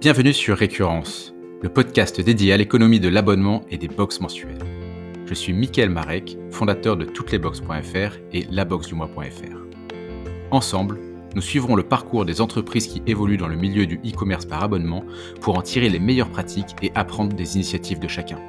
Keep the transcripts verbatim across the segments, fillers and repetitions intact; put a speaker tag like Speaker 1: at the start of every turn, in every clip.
Speaker 1: Bienvenue sur Récurrence, le podcast dédié à l'économie de l'abonnement et des box mensuelles. Je suis Mickaël Marek, fondateur de touteslesbox point f r et la box du mois point f r. Ensemble, nous suivrons le parcours des entreprises qui évoluent dans le milieu du e-commerce par abonnement pour en tirer les meilleures pratiques et apprendre des initiatives de chacun.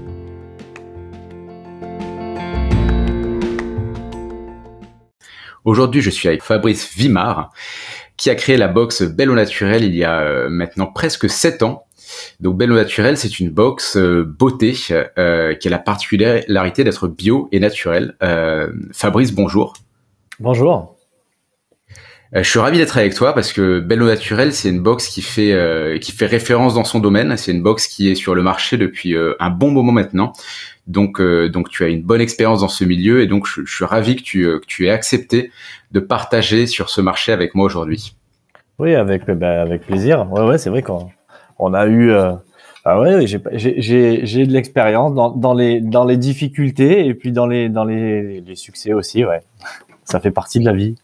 Speaker 1: Aujourd'hui, je suis avec Fabrice Vimard, qui a créé la box Belle au Naturel il y a euh, maintenant presque sept ans. Donc Belle au Naturel, c'est une box euh, beauté euh, qui a la particularité d'être bio et naturelle. Euh, Fabrice, bonjour.
Speaker 2: Bonjour.
Speaker 1: Euh, je suis ravi d'être avec toi parce que Belle au Naturel, c'est une box qui fait euh, qui fait référence dans son domaine. C'est une box qui est sur le marché depuis euh, un bon moment maintenant. Donc, euh, donc tu as une bonne expérience dans ce milieu et donc je, je suis ravi que tu, euh, que tu aies accepté de partager sur ce marché avec moi aujourd'hui.
Speaker 2: Oui, avec bah, avec plaisir. Ouais, ouais, c'est vrai qu'on on a eu. Euh, ah ouais, j'ai j'ai j'ai j'ai de l'expérience dans dans les dans les difficultés et puis dans les dans les les succès aussi. Ouais, ça fait partie de la vie.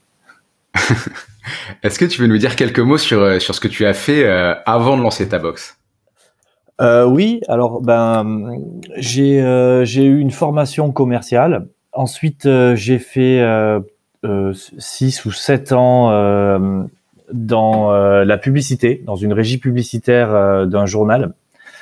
Speaker 1: Est-ce que tu veux nous dire quelques mots sur sur ce que tu as fait euh, avant de lancer ta box?
Speaker 2: Euh, oui, alors ben j'ai euh, j'ai eu une formation commerciale. Ensuite, euh, j'ai fait euh, euh, six ou sept ans euh, dans euh, la publicité, dans une régie publicitaire euh, d'un journal.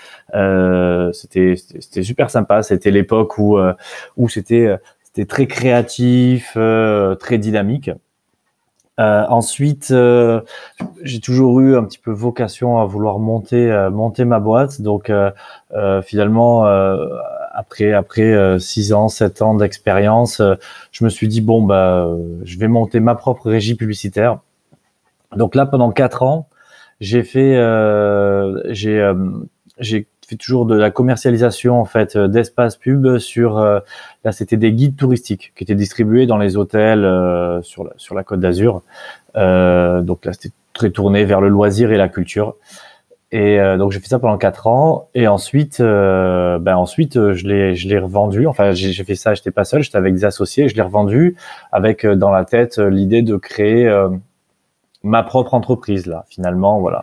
Speaker 2: Euh, c'était c'était super sympa. C'était l'époque où euh, où c'était c'était très créatif, euh, très dynamique. Euh, ensuite, euh, j'ai toujours eu un petit peu vocation à vouloir monter euh, monter ma boîte. Donc, euh, euh, finalement, euh, après après euh, six ans, sept ans d'expérience, euh, je me suis dit bon bah, euh, je vais monter ma propre régie publicitaire. Donc là, pendant quatre ans, j'ai fait euh, j'ai euh, j'ai fait toujours de la commercialisation en fait d'espaces pub sur euh, là c'était des guides touristiques qui étaient distribués dans les hôtels euh, sur la, sur la Côte d'Azur. Euh, donc là c'était très tourné vers le loisir et la culture. Et euh, donc j'ai fait ça pendant quatre ans et ensuite euh, ben ensuite je l'ai je l'ai revendu. Enfin j'ai, j'ai fait ça, j'étais pas seul, j'étais avec des associés, je l'ai revendu avec euh, dans la tête euh, l'idée de créer euh, ma propre entreprise là finalement, voilà.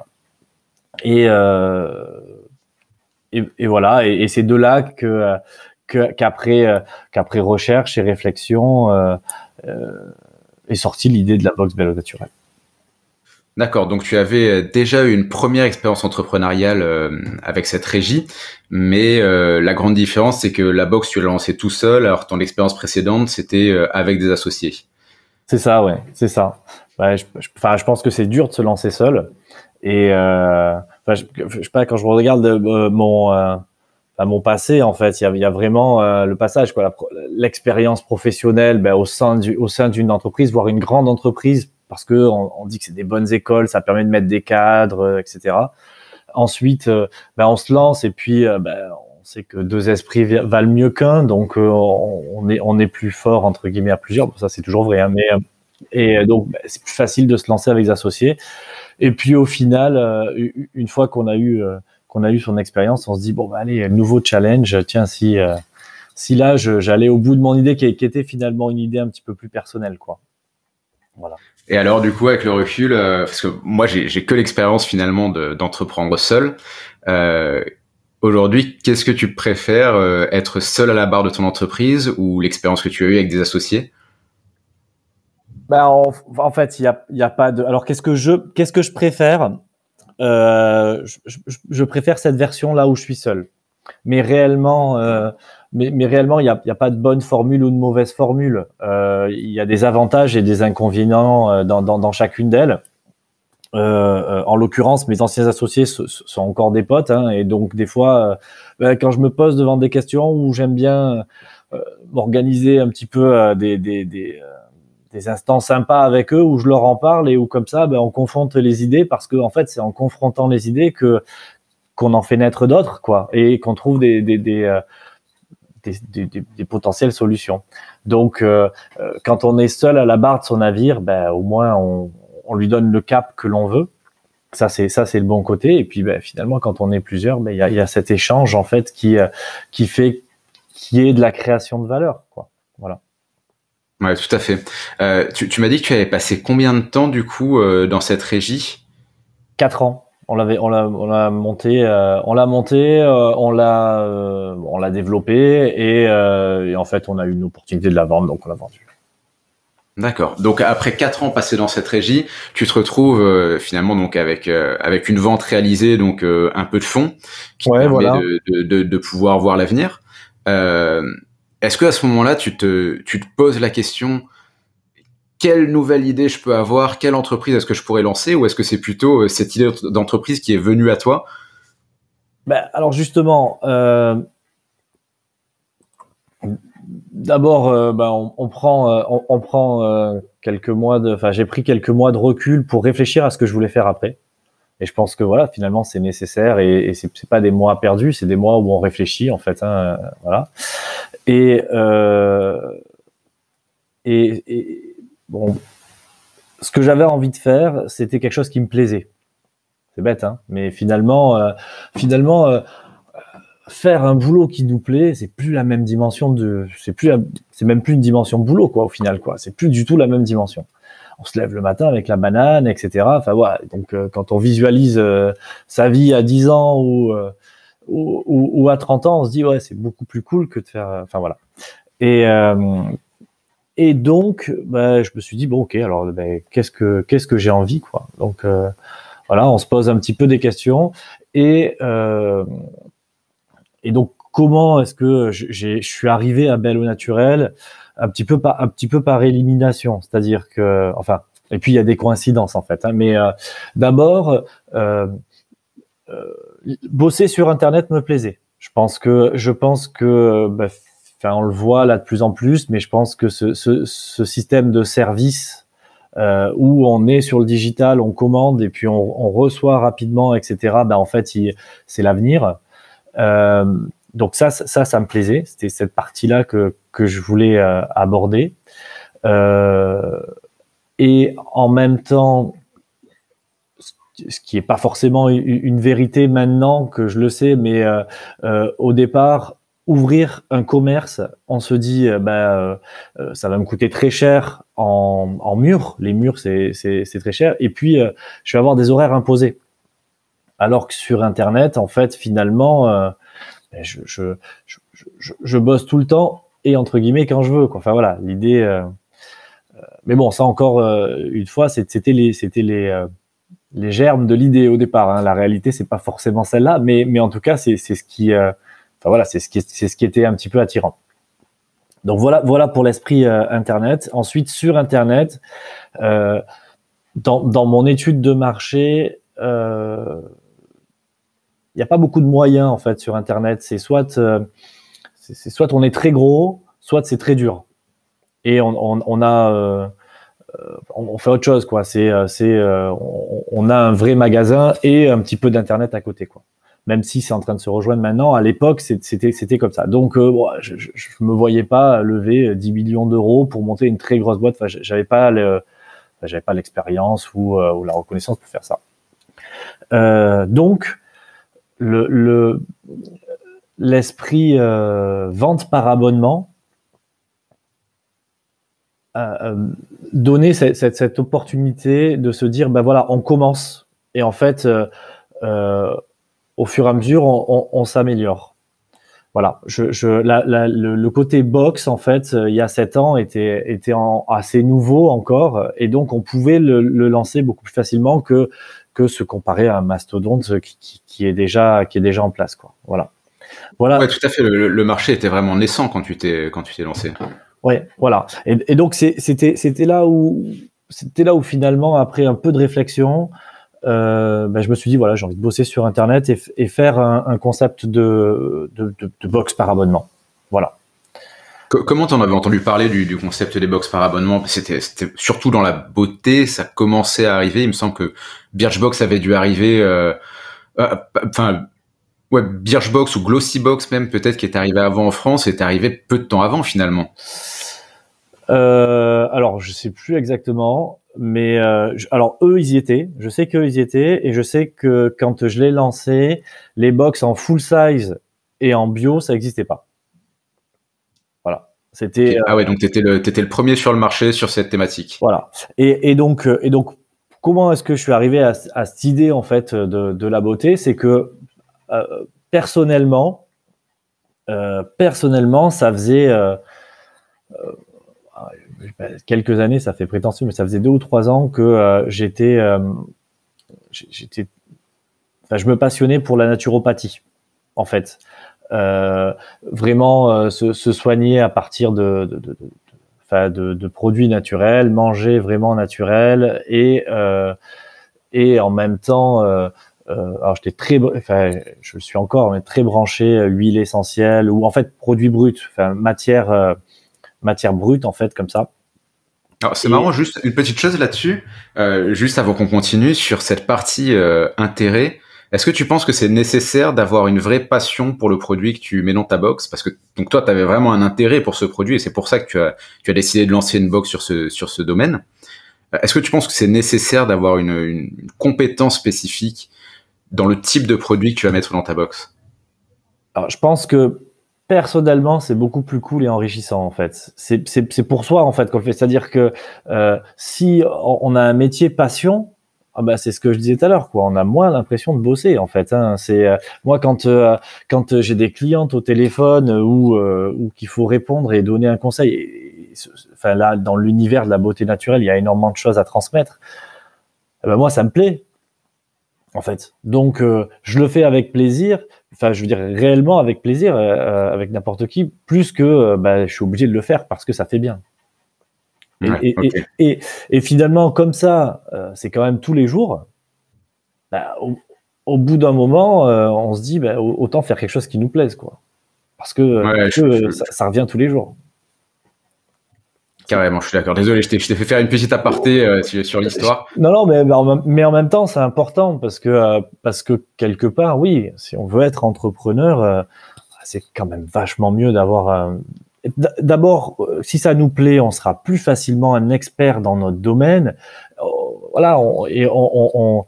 Speaker 2: Et euh, Et, et voilà, et, et c'est de là que, que qu'après euh, qu'après recherche et réflexion euh, euh, est sortie l'idée de la box Belle au Naturel.
Speaker 1: D'accord, donc tu avais déjà eu une première expérience entrepreneuriale euh, avec cette régie, mais euh, la grande différence, c'est que la box, tu l'as lancée tout seul, alors que ton expérience précédente, c'était euh, avec des associés.
Speaker 2: C'est ça, ouais, c'est ça. Ouais, je, je, enfin, je pense que c'est dur de se lancer seul. Et euh, enfin, je, je sais pas, quand je regarde euh, mon euh, enfin, mon passé, en fait, il y a, il y a vraiment euh, le passage, quoi, la, l'expérience professionnelle, ben, au sein du, au sein d'une entreprise, voire une grande entreprise, parce que on, on dit que c'est des bonnes écoles, ça permet de mettre des cadres, euh, et cetera. Ensuite, euh, ben, on se lance et puis, euh, ben, on sait que deux esprits valent mieux qu'un, donc euh, on, on est on est plus fort entre guillemets à plusieurs. Bon, ça c'est toujours vrai, hein, mais euh, et donc ben, c'est plus facile de se lancer avec des associés. Et puis au final, euh, une fois qu'on a eu euh, qu'on a eu son expérience, on se dit bon bah allez, nouveau challenge. Tiens, si euh, si là je, j'allais au bout de mon idée qui, qui était finalement une idée un petit peu plus personnelle, quoi. Voilà.
Speaker 1: Et alors, du coup, avec le recul, euh, parce que moi, j'ai, j'ai que l'expérience finalement de, d'entreprendre seul. Euh, aujourd'hui, qu'est-ce que tu préfères, euh, être seul à la barre de ton entreprise ou l'expérience que tu as eue avec des associés?
Speaker 2: Ben, en, en fait, il y a, il y a pas de. Alors, qu'est-ce que je, qu'est-ce que je préfère euh, je, je, je préfère cette version là où je suis seul. Mais réellement, euh, mais, mais réellement, il y a, il y a pas de bonne formule ou de mauvaise formule. Euh, il y a des avantages et des inconvénients euh, dans, dans, dans chacune d'elles. Euh, euh, en l'occurrence, mes anciens associés so, so, sont encore des potes, hein, et donc des fois, euh, ben, quand je me pose devant des questions où j'aime bien euh, m'organiser un petit peu euh, des, des, des euh, des instants sympas avec eux où je leur en parle et où comme ça, ben, on confronte les idées parce que en fait, c'est en confrontant les idées que qu'on en fait naître d'autres, quoi, et qu'on trouve des des des, euh, des, des, des, des potentielles solutions. Donc, euh, quand on est seul à la barre de son navire, ben au moins on, on lui donne le cap que l'on veut. Ça c'est ça c'est le bon côté. Et puis ben, finalement, quand on est plusieurs, ben il y a, y a cet échange en fait qui euh, qui fait qui est de la création de valeur, quoi. Voilà.
Speaker 1: Ouais, tout à fait. Euh, tu, tu m'as dit que tu avais passé combien de temps du coup euh, dans cette régie?
Speaker 2: Quatre ans. On l'avait, on l'a, on l'a monté, euh, on l'a monté, euh, on l'a, euh, on l'a développé et, euh, et en fait, on a eu une opportunité de la vendre, donc on l'a vendu.
Speaker 1: D'accord. Donc après quatre ans passés dans cette régie, tu te retrouves euh, finalement donc avec euh, avec une vente réalisée, donc euh, un peu de fonds qui te
Speaker 2: Ouais,
Speaker 1: permet
Speaker 2: voilà.
Speaker 1: de, de, de, de pouvoir voir l'avenir. Euh, est-ce que à ce moment-là, tu te tu te poses la question, quelle nouvelle idée je peux avoir, quelle entreprise est-ce que je pourrais lancer, ou est-ce que c'est plutôt euh, cette idée d'entreprise qui est venue à toi?
Speaker 2: Ben, alors justement, euh, d'abord, euh, ben, on, on prend, euh, on, on prend euh, quelques mois de, enfin, j'ai pris quelques mois de recul pour réfléchir à ce que je voulais faire après. Et je pense que voilà, finalement, c'est nécessaire et, et c'est, c'est pas des mois perdus, c'est des mois où on réfléchit en fait. Hein, euh, voilà. Et, euh, et, et bon, ce que j'avais envie de faire, c'était quelque chose qui me plaisait. C'est bête, hein, mais finalement, euh, finalement, euh, faire un boulot qui nous plaît, c'est plus la même dimension de, c'est plus, la- c'est même plus une dimension de boulot quoi, au final quoi. C'est plus du tout la même dimension. On se lève le matin avec la banane, et cetera. Enfin voilà. Donc euh, quand on visualise euh, sa vie à dix ans ou, euh, ou, ou ou à trente ans, on se dit ouais, c'est beaucoup plus cool que de faire. euh, Enfin voilà. Et euh, et donc, bah, je me suis dit bon ok, alors ben, qu'est-ce que qu'est-ce que j'ai envie quoi. Donc euh, voilà, on se pose un petit peu des questions et euh, et donc comment est-ce que j'ai, je suis arrivé à Belle au Naturel un petit peu par un petit peu par élimination, c'est-à-dire que enfin et puis il y a des coïncidences en fait, hein, mais euh, d'abord euh, euh, bosser sur Internet me plaisait. Je pense que je pense que bah, enfin on le voit là de plus en plus, mais je pense que ce, ce, ce système de service euh, où on est sur le digital, on commande et puis on, on reçoit rapidement, et cetera. Ben en fait, il, c'est l'avenir. Euh, donc ça, ça, ça me plaisait. C'était cette partie-là que que je voulais euh, aborder. Euh, et en même temps, ce qui est pas forcément une vérité maintenant que je le sais, mais euh, euh, au départ, ouvrir un commerce, on se dit, euh, bah, euh, ça va me coûter très cher en, en murs. Les murs, c'est c'est c'est très cher. Et puis, euh, je vais avoir des horaires imposés. Alors que sur Internet, en fait, finalement, euh, je, je, je, je, je bosse tout le temps et entre guillemets quand je veux. Quoi. Enfin voilà, l'idée. Euh, mais bon, ça encore euh, une fois, c'était les, c'était les, euh, les germes de l'idée au départ. Hein. La réalité, c'est pas forcément celle-là, mais, mais en tout cas, c'est, c'est ce qui, euh, enfin voilà, c'est ce qui, c'est ce qui était un petit peu attirant. Donc voilà, voilà pour l'esprit euh, Internet. Ensuite, sur Internet, euh, dans, dans mon étude de marché, euh, il n'y a pas beaucoup de moyens en fait sur Internet. C'est soit, euh, c'est, c'est soit on est très gros, soit c'est très dur. Et on, on, on a, euh, on fait autre chose quoi. C'est, c'est, euh, on, on a un vrai magasin et un petit peu d'internet à côté quoi. Même si c'est en train de se rejoindre maintenant, à l'époque c'était, c'était comme ça. Donc euh, bon, je, je, je me voyais pas lever dix millions d'euros pour monter une très grosse boîte. Enfin, j'avais pas le, enfin, j'avais pas l'expérience ou, euh, ou la reconnaissance pour faire ça. Euh, donc le, le l'esprit euh, vente par abonnement euh, donner cette, cette, cette opportunité de se dire ben voilà on commence et en fait euh, euh, au fur et à mesure on, on, on s'améliore. Voilà, je, je, la, la, le, le côté box en fait euh, il y a sept ans était, était en, assez nouveau encore et donc on pouvait le, le lancer beaucoup plus facilement que que se comparer à un mastodonte qui, qui, qui est déjà qui est déjà en place quoi. Voilà. Voilà.
Speaker 1: Ouais, tout à fait. Le, le marché était vraiment naissant quand tu t'es quand tu t'es lancé.
Speaker 2: Ouais, voilà. Et, et donc c'est, c'était c'était là où c'était là où finalement après un peu de réflexion, euh, ben, je me suis dit voilà j'ai envie de bosser sur Internet et, et faire un, un concept de, de, de, de box par abonnement. Voilà.
Speaker 1: Comment t'en avais entendu parler du, du concept des box par abonnement? C'était, c'était surtout dans la beauté, ça commençait à arriver. Il me semble que Birchbox avait dû arriver, euh, euh, enfin, ouais, Birchbox ou Glossybox même peut-être qui est arrivé avant en France, est arrivé peu de temps avant finalement.
Speaker 2: Euh, alors je sais plus exactement, mais euh, je, alors eux ils y étaient. Je sais qu'eux ils y étaient et je sais que quand je l'ai lancé, les box en full size et en bio ça n'existait pas. Voilà. C'était
Speaker 1: Okay. Ah ouais, donc t'étais le, t'étais le premier sur le marché sur cette thématique.
Speaker 2: Voilà. Et, et donc, et donc, comment est-ce que je suis arrivé à, à cette idée en fait de, de la beauté? C'est que euh, personnellement, euh, personnellement, ça faisait euh, euh, quelques années, ça fait prétentieux, mais ça faisait deux ou trois ans que euh, j'étais, euh, j'étais, enfin, je me passionnais pour la naturopathie, en fait. Euh, vraiment euh, se, se soigner à partir de, de, de, de, enfin, de, de produits naturels, manger vraiment naturel et euh, et en même temps, euh, euh, alors j'étais très, enfin, je suis encore mais très branché euh, huile essentielle ou en fait produits bruts, enfin matière euh, matière brute en fait comme ça.
Speaker 1: Alors c'est
Speaker 2: Et
Speaker 1: marrant, juste une petite chose là-dessus, euh, juste avant qu'on continue sur cette partie euh, intérêt. Est-ce que tu penses que c'est nécessaire d'avoir une vraie passion pour le produit que tu mets dans ta box? Parce que donc toi, tu avais vraiment un intérêt pour ce produit et c'est pour ça que tu as, tu as décidé de lancer une box sur ce, sur ce domaine. Est-ce que tu penses que c'est nécessaire d'avoir une, une compétence spécifique dans le type de produit que tu vas mettre dans ta box?
Speaker 2: alors je pense que personnellement, c'est beaucoup plus cool et enrichissant en fait. C'est c'est c'est pour soi en fait qu'on le fait. C'est-à-dire que euh, si on a un métier passion, ah bah c'est ce que je disais tout à l'heure quoi. On a moins l'impression de bosser en fait. Hein. C'est euh, moi quand euh, quand j'ai des clientes au téléphone ou euh, ou qu'il faut répondre et donner un conseil. Et, et, enfin là, dans l'univers de la beauté naturelle, il y a énormément de choses à transmettre. Eh ben moi, ça me plaît en fait. Donc euh, je le fais avec plaisir. Enfin, je veux dire réellement avec plaisir, euh, avec n'importe qui, plus que euh, bah, je suis obligé de le faire parce que ça fait bien. Et,
Speaker 1: Ouais,
Speaker 2: et,
Speaker 1: ok.
Speaker 2: et, et, et finalement, comme ça, euh, c'est quand même tous les jours. Bah, au, au bout d'un moment, euh, on se dit bah, autant faire quelque chose qui nous plaise, quoi. Parce que,
Speaker 1: Ouais,
Speaker 2: parce
Speaker 1: je,
Speaker 2: que
Speaker 1: je,
Speaker 2: euh, ça, ça revient tous les jours. C'est-
Speaker 1: carrément, je suis d'accord. Désolé, je t'ai, je t'ai fait faire une petite aparté euh, sur, sur l'histoire.
Speaker 2: Non, non, mais, mais en même mais en même temps, c'est important parce que, euh, parce que quelque part, oui, si on veut être entrepreneur, euh, c'est quand même vachement mieux d'avoir. un- D- D'abord, euh, si ça nous plaît, on sera plus facilement un expert dans notre domaine. Euh, Voilà, on, et on, on, on,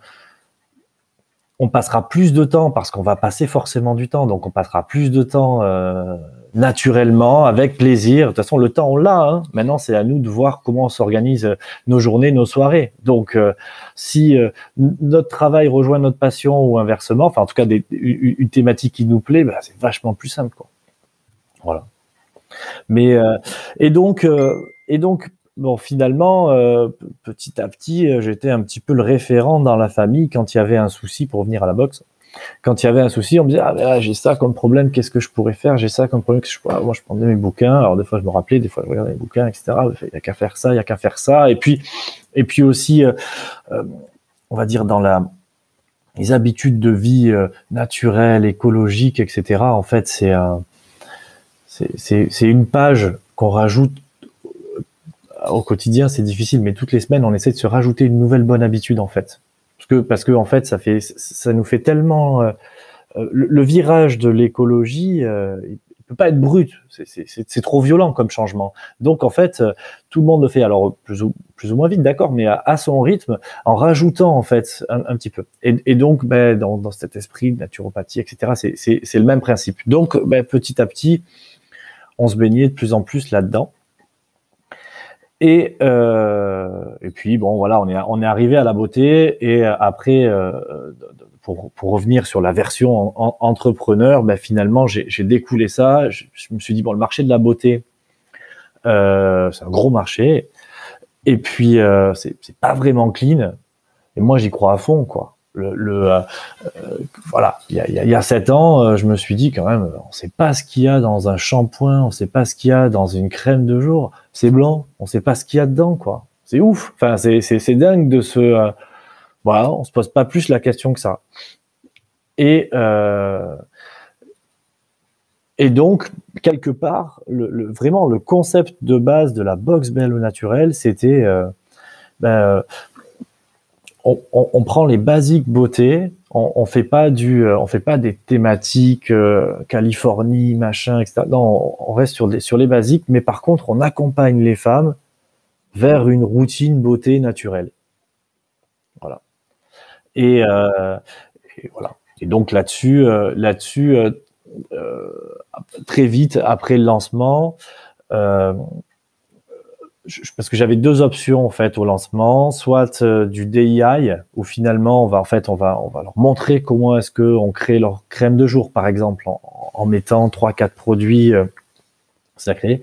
Speaker 2: on passera plus de temps parce qu'on va passer forcément du temps, donc on passera plus de temps euh, naturellement, avec plaisir. De toute façon, le temps on l'a. Hein. Maintenant, c'est à nous de voir comment on s'organise nos journées, nos soirées. Donc, euh, si euh, notre travail rejoint notre passion ou inversement, enfin en tout cas des, une, une thématique qui nous plaît, bah, c'est vachement plus simple, quoi. Voilà. Mais euh, et donc euh, et donc bon finalement euh, petit à petit euh, j'étais un petit peu le référent dans la famille quand il y avait un souci pour venir à la boxe. Quand il y avait un souci, on me disait ah ben là, j'ai ça comme problème, qu'est-ce que je pourrais faire? J'ai ça comme problème, que je pourrais... Moi je prenais mes bouquins, alors des fois je me rappelais, des fois je regardais mes bouquins, et cetera. Il y a qu'à faire ça, il y a qu'à faire ça. Et puis et puis aussi euh, euh, on va dire dans la les habitudes de vie euh, naturelles, écologiques, et cetera. En fait c'est un C'est, c'est, c'est une page qu'on rajoute au quotidien, c'est difficile, mais toutes les semaines, on essaie de se rajouter une nouvelle bonne habitude, en fait. Parce que, parce que en fait, ça fait, ça nous fait tellement, euh, le, le virage de l'écologie, euh, il peut pas être brut. C'est, c'est, c'est, c'est trop violent comme changement. Donc, en fait, euh, tout le monde le fait. Alors, plus ou, plus ou moins vite, d'accord, mais à, à son rythme, en rajoutant, en fait, un, un petit peu. Et, et donc, ben, dans, dans cet esprit de naturopathie, et cetera, c'est, c'est, c'est le même principe. Donc, ben, petit à petit, on se baignait de plus en plus là-dedans. Et, euh, et puis, bon, voilà, on est, on est arrivé à la beauté. Et après, euh, pour, pour revenir sur la version en, en, entrepreneur, ben finalement, j'ai, j'ai découlé ça. Je, je me suis dit, bon, le marché de la beauté, euh, c'est un gros marché. Et puis, euh, c'est, c'est pas vraiment clean. Et moi, j'y crois à fond, quoi. Le, le euh, euh, voilà, il y a, il y a sept ans, euh, je me suis dit quand même, on sait pas ce qu'il y a dans un shampoing, on sait pas ce qu'il y a dans une crème de jour. C'est blanc, on sait pas ce qu'il y a dedans, quoi. C'est ouf. Enfin, c'est c'est c'est dingue de se, euh, voilà, on se pose pas plus la question que ça. Et euh, et donc quelque part, le, le vraiment le concept de base de la box belle au naturel, c'était euh, ben, On, on, on prend les basiques beauté, on, on fait pas du, on fait pas des thématiques euh, Californie, machin, et cetera. Non, on, on reste sur des, sur les basiques, mais par contre, on accompagne les femmes vers une routine beauté naturelle. Voilà. Et, euh, et voilà. Et donc là-dessus, euh, là-dessus, euh, euh, très vite après le lancement, euh, je, parce que j'avais deux options en fait au lancement, soit euh, du D I Y où finalement on va en fait on va on va leur montrer comment est-ce que on crée leur crème de jour par exemple en, en mettant trois quatre produits euh, sacrés,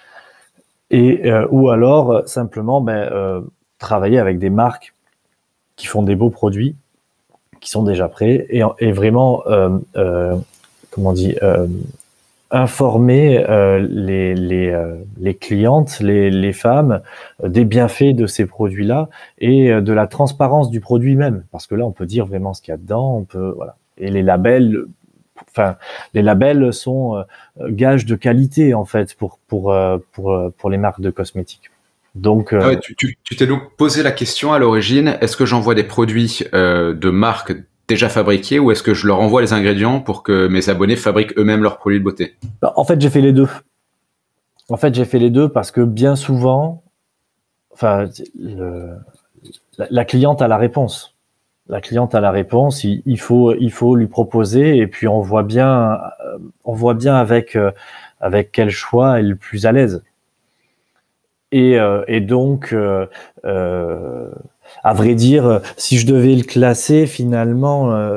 Speaker 2: et euh, ou alors euh, simplement ben, euh, travailler avec des marques qui font des beaux produits qui sont déjà prêts et, et vraiment euh, euh, comment on dit euh, informer euh, les, les, euh, les clientes, les, les femmes, euh, des bienfaits de ces produits-là et euh, de la transparence du produit même. Parce que là, on peut dire vraiment ce qu'il y a dedans, on peut, voilà. Et les labels, enfin, les labels sont euh, gages de qualité, en fait, pour, pour, euh, pour, pour les marques de cosmétiques. Donc,
Speaker 1: Ah
Speaker 2: euh,
Speaker 1: ouais, tu, tu, tu t'es donc posé la question à l'origine, est-ce que j'envoie des produits euh, de marques déjà fabriqués ou est-ce que je leur envoie les ingrédients pour que mes abonnés fabriquent eux-mêmes leurs produits de beauté?
Speaker 2: bah, en fait, j'ai fait les deux. En fait, j'ai fait les deux parce que bien souvent, enfin, le, la, la cliente a la réponse. La cliente a la réponse. Il, il faut, il faut lui proposer et puis on voit bien, euh, on voit bien avec euh, avec quel choix elle est le plus à l'aise. Et, euh, et donc, euh, euh, à vrai dire, si je devais le classer, finalement, euh,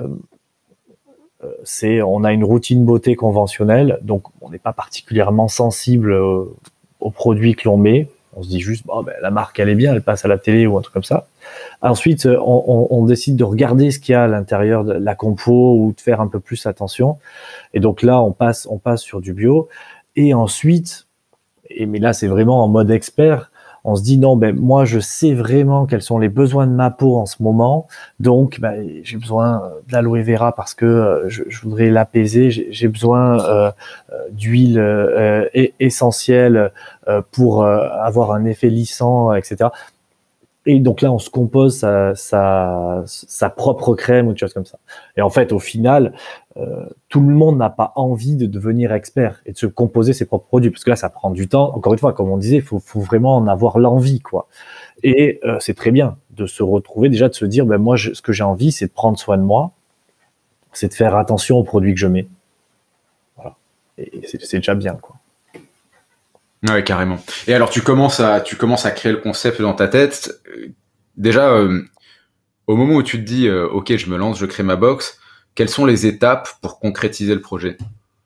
Speaker 2: c'est, on a une routine beauté conventionnelle, donc on n'est pas particulièrement sensible aux, aux produits que l'on met. On se dit juste, bon, ben, la marque elle est bien, elle passe à la télé ou un truc comme ça. Ensuite, on, on, on décide de regarder ce qu'il y a à l'intérieur de la compo ou de faire un peu plus attention. Et donc là, on passe, on passe sur du bio. Et ensuite, et mais là c'est vraiment en mode expert, on se dit non, ben moi je sais vraiment quels sont les besoins de ma peau en ce moment, donc ben, j'ai besoin de l'aloe vera parce que euh, je, je voudrais l'apaiser, j'ai, j'ai besoin euh, d'huile euh, essentielle euh, pour euh, avoir un effet lissant, et cetera. Et donc là, on se compose sa, sa, sa propre crème ou des choses comme ça. Et en fait, au final, euh, tout le monde n'a pas envie de devenir expert et de se composer ses propres produits, parce que là, ça prend du temps. Encore une fois, comme on disait, il faut, faut vraiment en avoir l'envie, quoi. Et euh, c'est très bien de se retrouver, déjà de se dire, ben moi, je, ce que j'ai envie, c'est de prendre soin de moi, c'est de faire attention aux produits que je mets. Voilà. Et c'est, c'est déjà bien, quoi.
Speaker 1: Ouais, carrément. Et alors, tu commences à, tu commences à créer le concept dans ta tête. Déjà, euh, au moment où tu te dis, euh, OK, je me lance, je crée ma box, quelles sont les étapes pour concrétiser le projet?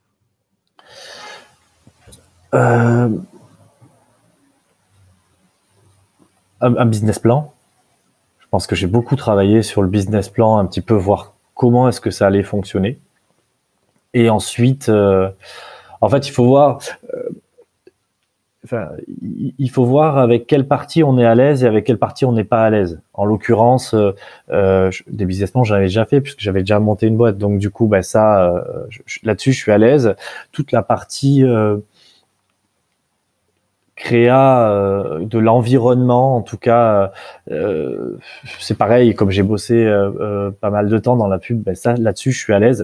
Speaker 2: euh, un, un business plan. Je pense que j'ai beaucoup travaillé sur le business plan, un petit peu voir comment est-ce que ça allait fonctionner. Et ensuite, euh, en fait, il faut voir... Euh, Enfin, il faut voir avec quelle partie on est à l'aise et avec quelle partie on n'est pas à l'aise. En l'occurrence, euh, des business plans, j'en avais déjà fait puisque j'avais déjà monté une boîte. Donc du coup, bah ça, euh, je, là-dessus, je suis à l'aise. Toute la partie euh, créa euh, de l'environnement, en tout cas, euh, c'est pareil. Comme j'ai bossé euh, euh, pas mal de temps dans la pub, bah ça, là-dessus, je suis à l'aise.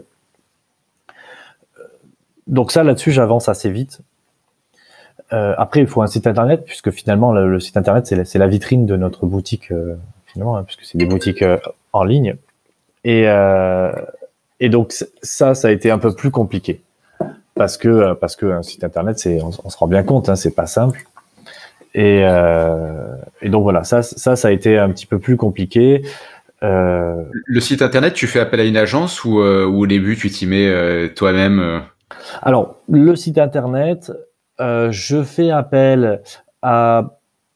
Speaker 2: Donc ça, là-dessus, j'avance assez vite. Euh, après, il faut un site internet, puisque finalement, le, le site internet, c'est la, c'est la vitrine de notre boutique, euh, finalement, hein, puisque c'est des boutiques euh, en ligne. Et, euh, et donc, ça, ça a été un peu plus compliqué. Parce que, parce que un site internet, c'est, on, on se rend bien compte, hein, c'est pas simple. Et, euh, et donc, voilà, ça, ça, ça a été un petit peu plus compliqué.
Speaker 1: Euh... Le site internet, tu fais appel à une agence ou, euh, ou au début, tu t'y mets euh, toi-même euh...
Speaker 2: Alors, le site internet, Euh, je fais appel à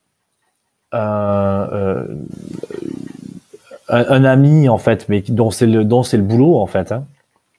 Speaker 2: un, euh, un, un ami en fait, mais dont c'est le dont c'est le boulot en fait. Hein.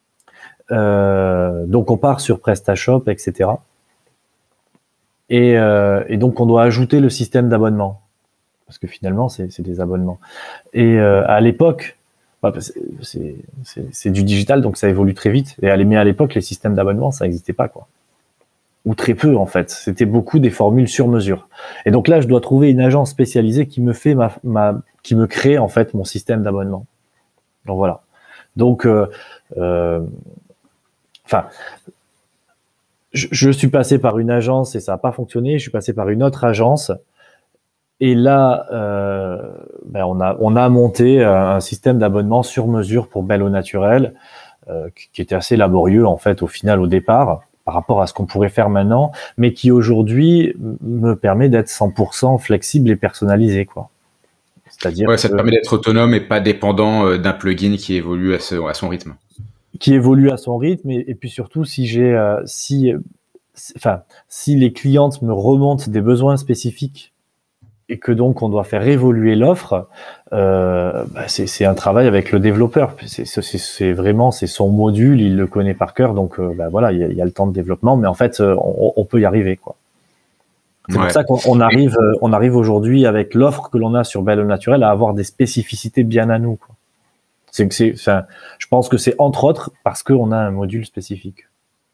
Speaker 2: Euh, donc on part sur PrestaShop, et cetera. Et, euh, et donc on doit ajouter le système d'abonnement parce que finalement c'est, c'est des abonnements. Et euh, à l'époque, bah, c'est, c'est, c'est, c'est du digital donc ça évolue très vite. Et à mais à l'époque les systèmes d'abonnement ça n'existait pas quoi. Ou très peu en fait. C'était beaucoup des formules sur mesure. Et donc là, je dois trouver une agence spécialisée qui me fait ma, ma qui me crée en fait mon système d'abonnement. Donc voilà. Donc, euh, euh, enfin, je, je suis passé par une agence et ça n'a pas fonctionné. Je suis passé par une autre agence et là, euh, ben on a on a monté un système d'abonnement sur mesure pour Belle au naturel, euh, qui était assez laborieux en fait au final au départ. par rapport à ce qu'on pourrait faire maintenant, mais qui aujourd'hui me permet d'être cent pour cent flexible et personnalisé, quoi.
Speaker 1: C'est-à-dire ouais, ça te permet d'être autonome et pas dépendant euh, d'un plugin qui évolue à, ce, à son rythme.
Speaker 2: Qui évolue à son rythme, et, et puis surtout si j'ai, euh, si, enfin, si les clientes me remontent des besoins spécifiques et que donc on doit faire évoluer l'offre, euh, bah c'est, c'est un travail avec le développeur. C'est, c'est, c'est vraiment c'est son module, il le connaît par cœur, donc euh, bah voilà, il y a, il y a le temps de développement, mais en fait on, on peut y arriver, quoi. C'est ouais. pour ça qu'on on arrive, on arrive aujourd'hui avec l'offre que l'on a sur Belle Naturelle à avoir des spécificités bien à nous, quoi. C'est que c'est, enfin, je pense que c'est entre autres parce qu'on a un module spécifique.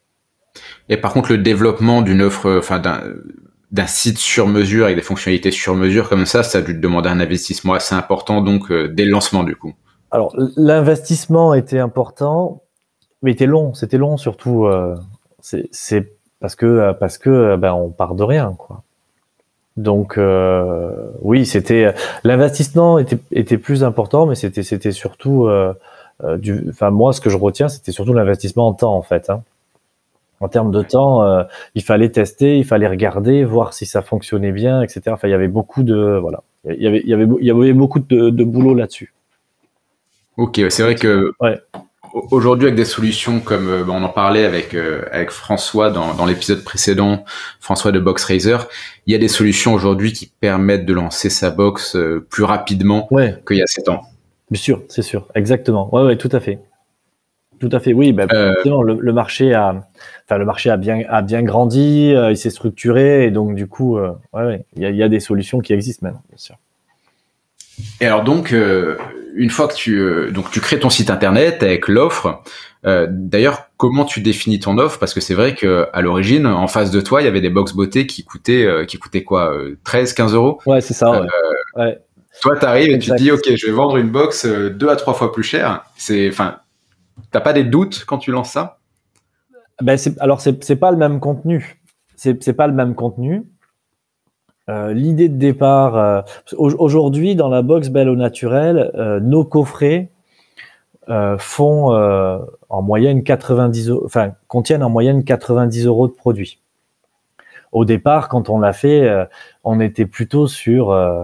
Speaker 1: Et par contre, le développement d'une offre, enfin d'un d'un site sur mesure avec des fonctionnalités sur mesure comme ça, ça a dû te demander un investissement assez important, donc euh, dès le lancement du coup.
Speaker 2: Alors l'investissement était important, mais était long. C'était long surtout. Euh, c'est, c'est parce que parce que ben on part de rien, quoi. Donc euh, oui, c'était l'investissement était était plus important, mais c'était c'était surtout euh, euh, du. Enfin moi, ce que je retiens, c'était surtout l'investissement en temps, en fait. Hein. En termes de temps, euh, il fallait tester, il fallait regarder, voir si ça fonctionnait bien, et cetera. Enfin, il y avait beaucoup de voilà, il y avait il y avait il y avait beaucoup de, de boulot là-dessus.
Speaker 1: Ok, c'est vrai que
Speaker 2: ouais.
Speaker 1: Aujourd'hui, avec des solutions comme euh, on en parlait avec euh, avec François dans dans l'épisode précédent, François de BoxRaiser, il y a des solutions aujourd'hui qui permettent de lancer sa box euh, plus rapidement ouais. qu'il y a sept ans.
Speaker 2: Bien sûr, c'est sûr, exactement. Ouais, ouais, tout à fait. Tout à fait, oui. Ben, euh, le, le marché a, enfin, le marché a bien, a bien grandi, euh, il s'est structuré, et donc du coup, euh, ouais, ouais, il y a, il y a des solutions qui existent maintenant, bien sûr.
Speaker 1: Et alors donc, euh, une fois que tu, euh, donc tu crées ton site internet avec l'offre. Euh, d'ailleurs, comment tu définis ton offre? Parce que c'est vrai que à l'origine, en face de toi, il y avait des box beauté qui coûtaient, euh, qui coûtaient quoi, euh, treize, quinze euros.
Speaker 2: Ouais, c'est ça. Ouais.
Speaker 1: Euh,
Speaker 2: ouais.
Speaker 1: Toi, t'arrives et tu te dis, ok, je vais vendre une box euh, deux à trois fois plus cher. C'est, enfin. T'as pas des doutes quand tu lances ça?
Speaker 2: Ben c'est, alors c'est c'est pas le même contenu. C'est c'est pas le même contenu. Euh, l'idée de départ, euh, aujourd'hui dans la box Belle au naturel, euh, nos coffrets euh, font euh, en moyenne quatre-vingt-dix, enfin contiennent en moyenne quatre-vingt-dix euros de produits. Au départ, quand on l'a fait, euh, on était plutôt sur euh,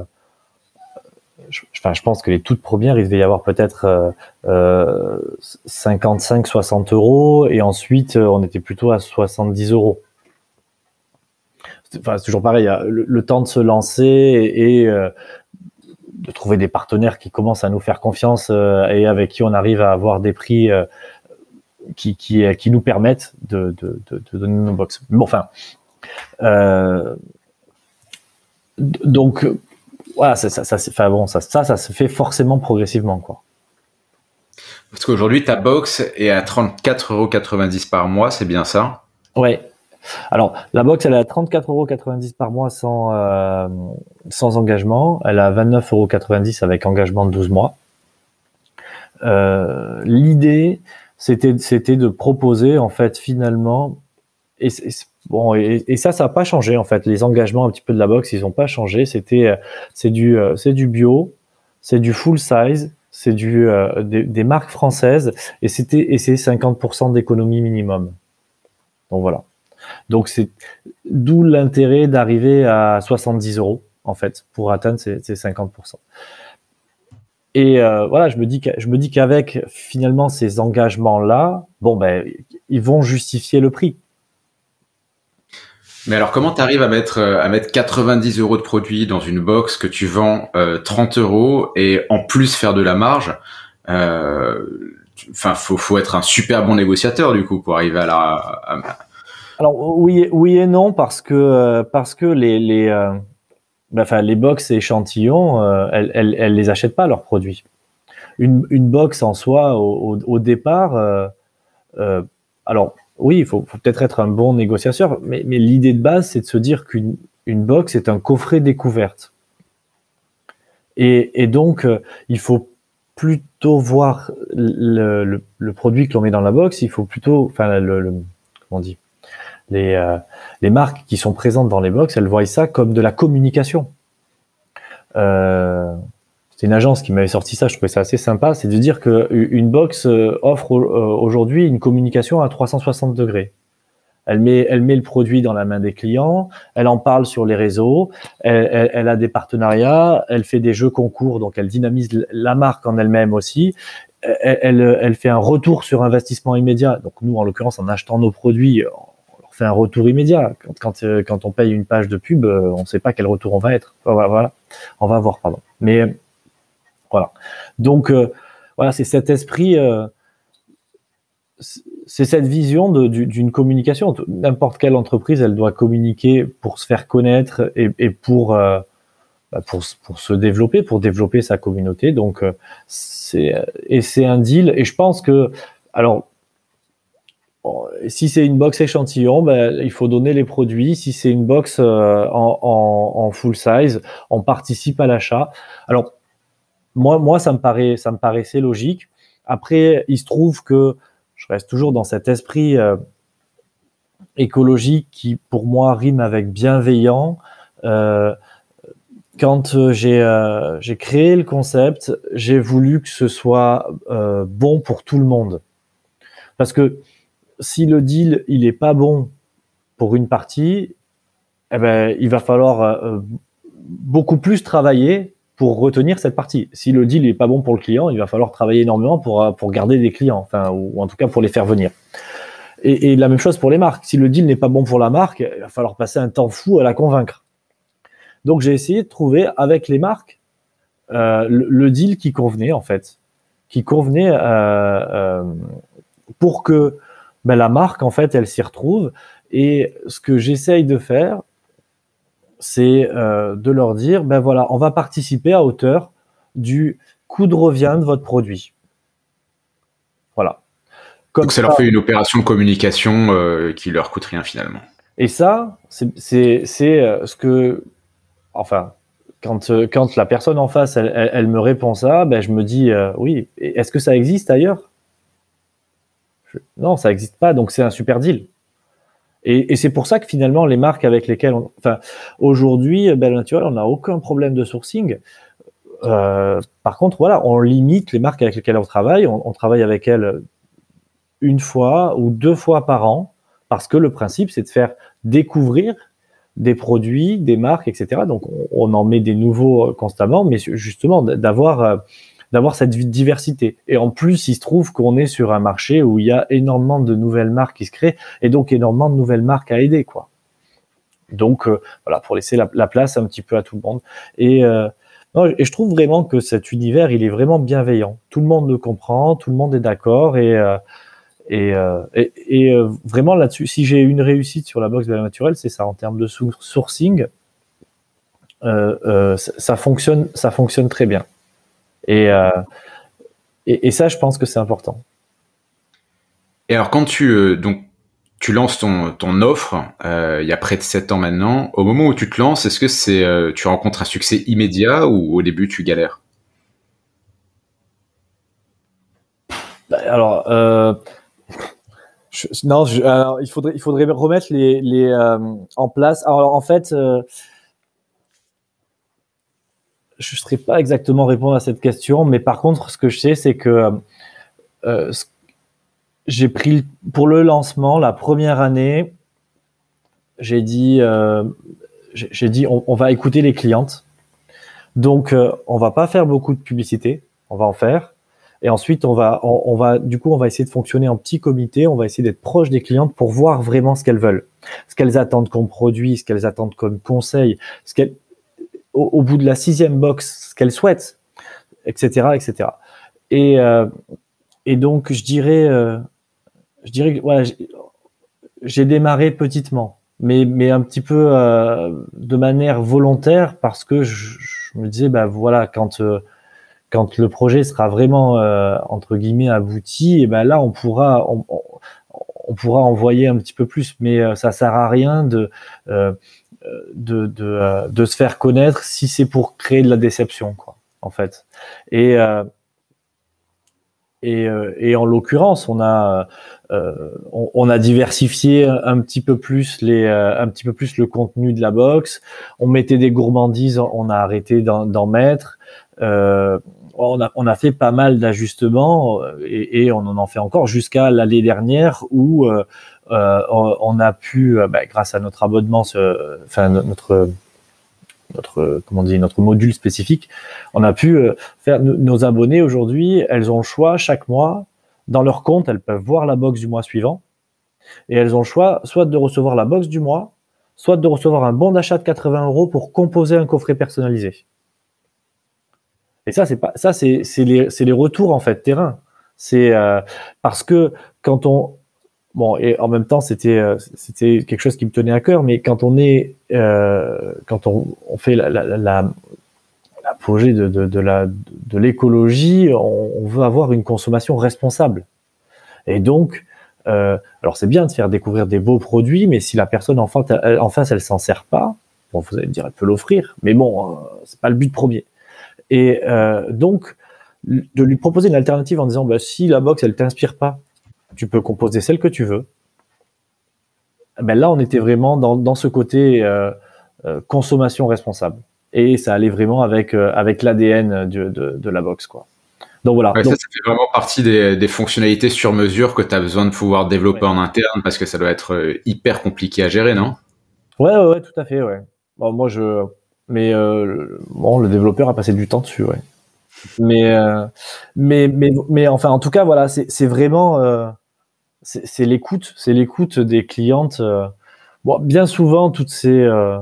Speaker 2: Je, enfin, je pense que les toutes premières, il devait y avoir peut-être euh, euh, cinquante-cinq, soixante euros, et ensuite on était plutôt à soixante-dix euros. Enfin, c'est toujours pareil, le, le temps de se lancer et, et euh, de trouver des partenaires qui commencent à nous faire confiance euh, et avec qui on arrive à avoir des prix euh, qui, qui, qui nous permettent de, de, de, de donner nos box. Bon, enfin, euh, donc. Voilà, ça, ça, ça, enfin bon, ça, ça, ça se fait forcément progressivement, quoi.
Speaker 1: Parce qu'aujourd'hui, ta box est à trente-quatre euros quatre-vingt-dix par mois, c'est bien ça?
Speaker 2: Ouais. Alors, la box, elle est à trente-quatre euros quatre-vingt-dix par mois sans, euh, sans engagement. Elle est à vingt-neuf euros quatre-vingt-dix avec engagement de douze mois. Euh, l'idée, c'était, c'était de proposer, en fait, finalement, et, et bon, et, et ça, ça n'a pas changé, en fait. Les engagements un petit peu de la box, ils n'ont pas changé. C'était, c'est du, c'est du bio, c'est du full size, c'est du, euh, des, des marques françaises, et c'était, et c'est cinquante pour cent d'économie minimum. Donc voilà. Donc c'est d'où l'intérêt d'arriver à soixante-dix euros, en fait, pour atteindre ces, ces cinquante pour cent. Et euh, voilà, je me dis que, je me dis qu'avec finalement ces engagements-là, bon ben, ils vont justifier le prix.
Speaker 1: Mais alors, comment tu arrives à mettre à mettre quatre-vingt-dix euros de produits dans une box que tu vends euh, trente euros et en plus faire de la marge? euh, Enfin, faut faut être un super bon négociateur du coup pour arriver à la. À...
Speaker 2: Alors oui, oui et non, parce que parce que les les euh, enfin les box et échantillons, euh, elles, elles elles les achètent pas leurs produits. Une une box en soi au, au, au départ, euh, euh, alors. Oui, il faut, faut peut-être être un bon négociateur, mais, mais l'idée de base, c'est de se dire qu'une une box est un coffret découverte. Et, et donc, euh, il faut plutôt voir le, le, le produit que l'on met dans la box, il faut plutôt, enfin, le, le, comment on dit, les, euh, les marques qui sont présentes dans les box, elles voient ça comme de la communication. Euh, c'est une agence qui m'avait sorti ça, je trouvais ça assez sympa, c'est de dire que une box offre aujourd'hui une communication à trois cent soixante degrés. Elle met, elle met le produit dans la main des clients, elle en parle sur les réseaux, elle, elle, elle a des partenariats, elle fait des jeux concours, donc elle dynamise la marque en elle-même aussi. Elle, elle, elle fait un retour sur investissement immédiat. Donc nous, en l'occurrence, en achetant nos produits, on leur fait un retour immédiat. Quand, quand, quand on paye une page de pub, on ne sait pas quel retour on va être. Voilà, voilà. On va avoir, pardon. Mais voilà. Donc euh, voilà, c'est cet esprit. Euh, c'est cette vision de, d'une communication. N'importe quelle entreprise, elle doit communiquer pour se faire connaître et, et pour, euh, pour, pour se développer, pour développer sa communauté. Donc, c'est, et c'est un deal. Et je pense que, alors, si c'est une box échantillon, ben, il faut donner les produits. Si c'est une box euh, en, en, en full size, on participe à l'achat. Alors, moi, moi, ça me paraît, ça me paraissait logique. Après, il se trouve que je reste toujours dans cet esprit euh, écologique qui, pour moi, rime avec bienveillant. Euh, quand euh, j'ai, euh, j'ai créé le concept, j'ai voulu que ce soit euh, bon pour tout le monde. Parce que si le deal, il est pas bon pour une partie, eh ben, il va falloir euh, beaucoup plus travailler pour retenir cette partie. Si le deal n'est pas bon pour le client, il va falloir travailler énormément pour, pour garder des clients, enfin, ou, ou en tout cas pour les faire venir. Et, et la même chose pour les marques. Si le deal n'est pas bon pour la marque, il va falloir passer un temps fou à la convaincre. Donc, j'ai essayé de trouver avec les marques euh, le, le deal qui convenait, en fait, qui convenait euh, euh, pour que ben, la marque, en fait, elle s'y retrouve. Et ce que j'essaye de faire, c'est euh, de leur dire, ben voilà, on va participer à hauteur du coût de revient de votre produit. Voilà.
Speaker 1: Comme Donc ça, ça leur fait une opération de communication euh, qui leur coûte rien finalement.
Speaker 2: Et ça, c'est, c'est, c'est ce que, enfin, quand, quand la personne en face, elle, elle, elle me répond ça, ben je me dis, euh, oui, est-ce que ça existe ailleurs ? je, Non, ça n'existe pas, donc c'est un super deal. Et, et c'est pour ça que finalement, les marques avec lesquelles, on, enfin, aujourd'hui, Belle Naturelle, on n'a aucun problème de sourcing. Euh, par contre, voilà, on limite les marques avec lesquelles on travaille. On, on travaille avec elles une fois ou deux fois par an, parce que le principe, c'est de faire découvrir des produits, des marques, et cetera. Donc, on, on en met des nouveaux constamment, mais justement d'avoir d'avoir cette diversité. Et en plus, il se trouve qu'on est sur un marché où il y a énormément de nouvelles marques qui se créent, et donc énormément de nouvelles marques à aider, quoi. Donc, euh, voilà, pour laisser la, la place un petit peu à tout le monde. Et, euh, non, et je trouve vraiment que cet univers, il est vraiment bienveillant. Tout le monde le comprend, tout le monde est d'accord, et, euh, et, euh, et, et euh, vraiment là-dessus, si j'ai une réussite sur la box Belle Naturelle, c'est ça, en termes de sourcing, euh, euh, ça, ça fonctionne, ça fonctionne très bien. Et, euh, et, et ça, je pense que c'est important.
Speaker 1: Et alors, quand tu, euh, donc, tu lances ton, ton offre, euh, il y a près de sept ans maintenant, au moment où tu te lances, est-ce que c'est, euh, tu rencontres un succès immédiat ou au début tu galères ?
Speaker 2: Alors, euh, je, non, je, alors, il faudrait, il faudrait remettre les, les euh, en place. Alors, en fait, euh, je ne saurais pas exactement répondre à cette question, mais par contre, ce que je sais, c'est que euh, j'ai pris pour le lancement la première année, j'ai dit, euh, j'ai, j'ai dit, on, on va écouter les clientes. Donc, euh, on va pas faire beaucoup de publicité, on va en faire. Et ensuite, on va, on, on va, du coup, on va essayer de fonctionner en petit comité. On va essayer d'être proche des clientes pour voir vraiment ce qu'elles veulent, ce qu'elles attendent comme produit, ce qu'elles attendent comme conseil, ce qu'elles, au, au bout de la sixième box, ce qu'elles souhaitent, et cetera, et cetera. Et, euh, et donc, je dirais, euh, je dirais que voilà, j'ai, j'ai démarré petitement, mais, mais un petit peu euh, de manière volontaire parce que je, je me disais, bah voilà, quand euh, quand le projet sera vraiment euh, entre guillemets abouti, et ben là on pourra on, on pourra envoyer un petit peu plus, mais euh, ça sert à rien de euh, de de, euh, de se faire connaître si c'est pour créer de la déception, quoi, en fait. Et euh, et, euh, et en l'occurrence, on a euh, on, on a diversifié un petit peu plus les euh, un petit peu plus le contenu de la box. On mettait des gourmandises, on a arrêté d'en, d'en mettre. Euh, On a, on a fait pas mal d'ajustements et, et on en en fait encore jusqu'à l'année dernière où euh, euh, on, on a pu, euh, bah, grâce à notre abonnement, ce, enfin notre notre comment on dit notre module spécifique, on a pu euh, faire nos abonnés aujourd'hui. Elles ont le choix chaque mois dans leur compte, elles peuvent voir la box du mois suivant et elles ont le choix soit de recevoir la box du mois, soit de recevoir un bon d'achat de quatre-vingts euros pour composer un coffret personnalisé. Et ça, c'est pas ça, c'est c'est les c'est les retours en fait terrain. C'est euh, parce que quand on bon et en même temps c'était euh, c'était quelque chose qui me tenait à cœur, mais quand on est euh, quand on, on fait la la, la l'apogée de, de de la de l'écologie, on, on veut avoir une consommation responsable. Et donc euh, alors c'est bien de faire découvrir des beaux produits, mais si la personne en face elle, en face elle s'en sert pas, bon vous allez me dire elle peut l'offrir, mais bon euh, c'est pas le but premier. Et euh, donc, de lui proposer une alternative en disant bah, si la box elle t'inspire pas, tu peux composer celle que tu veux. Ben là, on était vraiment dans, dans ce côté euh, euh, consommation responsable. Et ça allait vraiment avec, euh, avec l'A D N de, de, de la box, quoi. Donc voilà.
Speaker 1: Ouais,
Speaker 2: donc,
Speaker 1: ça, ça fait vraiment partie des, des fonctionnalités sur mesure que tu as besoin de pouvoir développer ouais. en interne parce que ça doit être hyper compliqué à gérer, non?
Speaker 2: Ouais, ouais, ouais, tout à fait, ouais. Bon, moi, je. Mais euh, bon, le développeur a passé du temps dessus, ouais. Mais, euh, mais, mais, mais enfin, en tout cas, voilà, c'est, c'est vraiment, euh, c'est, c'est l'écoute, c'est l'écoute des clientes. Euh, bon, bien souvent, toutes ces, euh,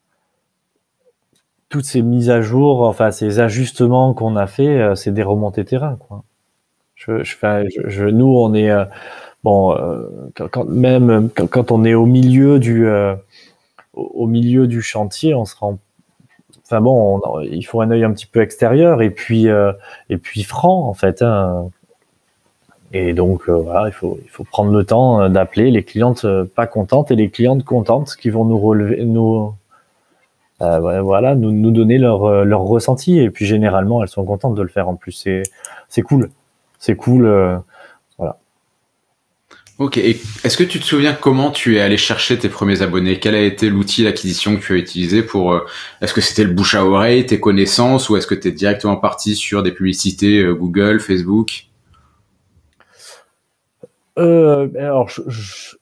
Speaker 2: toutes ces mises à jour, enfin, ces ajustements qu'on a fait, euh, c'est des remontées terrain, quoi. Je, je, fais, je, je nous, on est, euh, bon, euh, quand, quand, même quand, quand on est au milieu du, euh, au, au milieu du chantier, on se rend Enfin bon, on, il faut un œil un petit peu extérieur et puis euh, et puis franc en fait. Hein. Et donc euh, voilà, il faut il faut prendre le temps d'appeler les clientes pas contentes et les clientes contentes qui vont nous relever, nous euh, voilà, nous nous donner leur leur ressenti. Et puis généralement, elles sont contentes de le faire en plus. C'est c'est cool, c'est cool. Euh, voilà.
Speaker 1: Ok, et est-ce que tu te souviens comment tu es allé chercher tes premiers abonnés? Quel a été l'outil d'acquisition que tu as utilisé pour... Euh, est-ce que c'était le bouche à oreille, tes connaissances, ou est-ce que tu es directement parti sur des publicités euh, Google, Facebook?
Speaker 2: euh, Alors, je, je,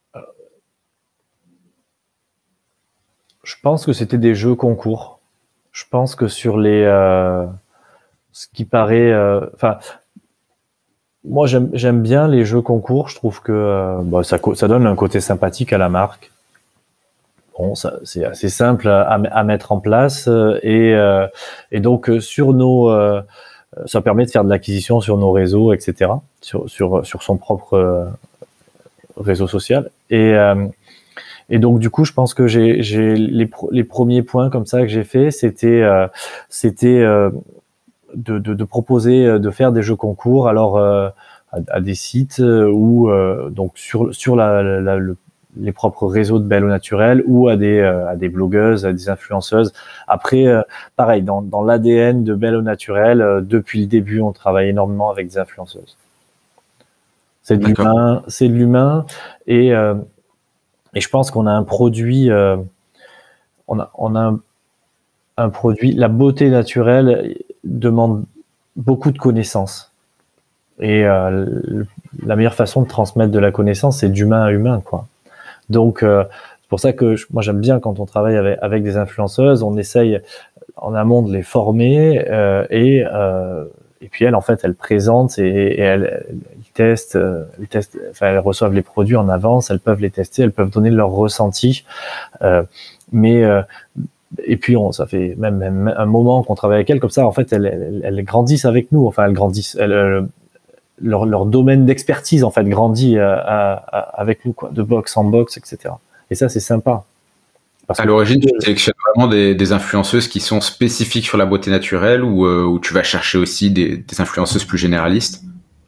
Speaker 2: je pense que c'était des jeux concours. Je pense que sur les... Euh, ce qui paraît... Enfin... Euh, Moi, j'aime, j'aime bien les jeux concours. Je trouve que euh, bah, ça, ça donne un côté sympathique à la marque. Bon, ça, c'est assez simple à, à mettre en place euh, et, euh, et donc sur nos, euh, ça permet de faire de l'acquisition sur nos réseaux, et cetera. Sur sur sur son propre euh, réseau social. Et euh, et donc du coup, je pense que j'ai j'ai les les premiers points comme ça que j'ai fait, c'était euh, c'était euh, De, de, de proposer de faire des jeux concours alors euh, à, à des sites ou euh, donc sur sur la, la, le, les propres réseaux de Belle au Naturel ou à des euh, à des blogueuses, à des influenceuses. Après euh, pareil dans dans l'A D N de Belle au Naturel euh, depuis le début on travaille énormément avec des influenceuses. C'est de D'accord. l'humain, c'est de l'humain et euh, et je pense qu'on a un produit euh, on a on a un, un produit, la beauté naturelle demande beaucoup de connaissances. Et euh, la meilleure façon de transmettre de la connaissance, c'est d'humain à humain, quoi. Donc, euh, c'est pour ça que je, moi, j'aime bien quand on travaille avec, avec des influenceuses, on essaye en amont de les former euh, et, euh, et puis elles, en fait, elles présentent et, et elles, elles, testent, elles testent, enfin, elles reçoivent les produits en avance, elles peuvent les tester, elles peuvent donner leur ressenti. Euh, mais euh, Et puis, on, ça fait même, même un moment qu'on travaille avec elles, comme ça, en fait, elles, elles, elles grandissent avec nous. Enfin, elles grandissent. Elles, elles, leur, leur domaine d'expertise, en fait, grandit à, à, à, avec nous, quoi, de box en box, et cetera. Et ça, c'est sympa.
Speaker 1: Parce à l'origine, tu sélectionnes vraiment des, des influenceuses qui sont spécifiques sur la beauté naturelle ou, euh, ou tu vas chercher aussi des, des influenceuses plus généralistes?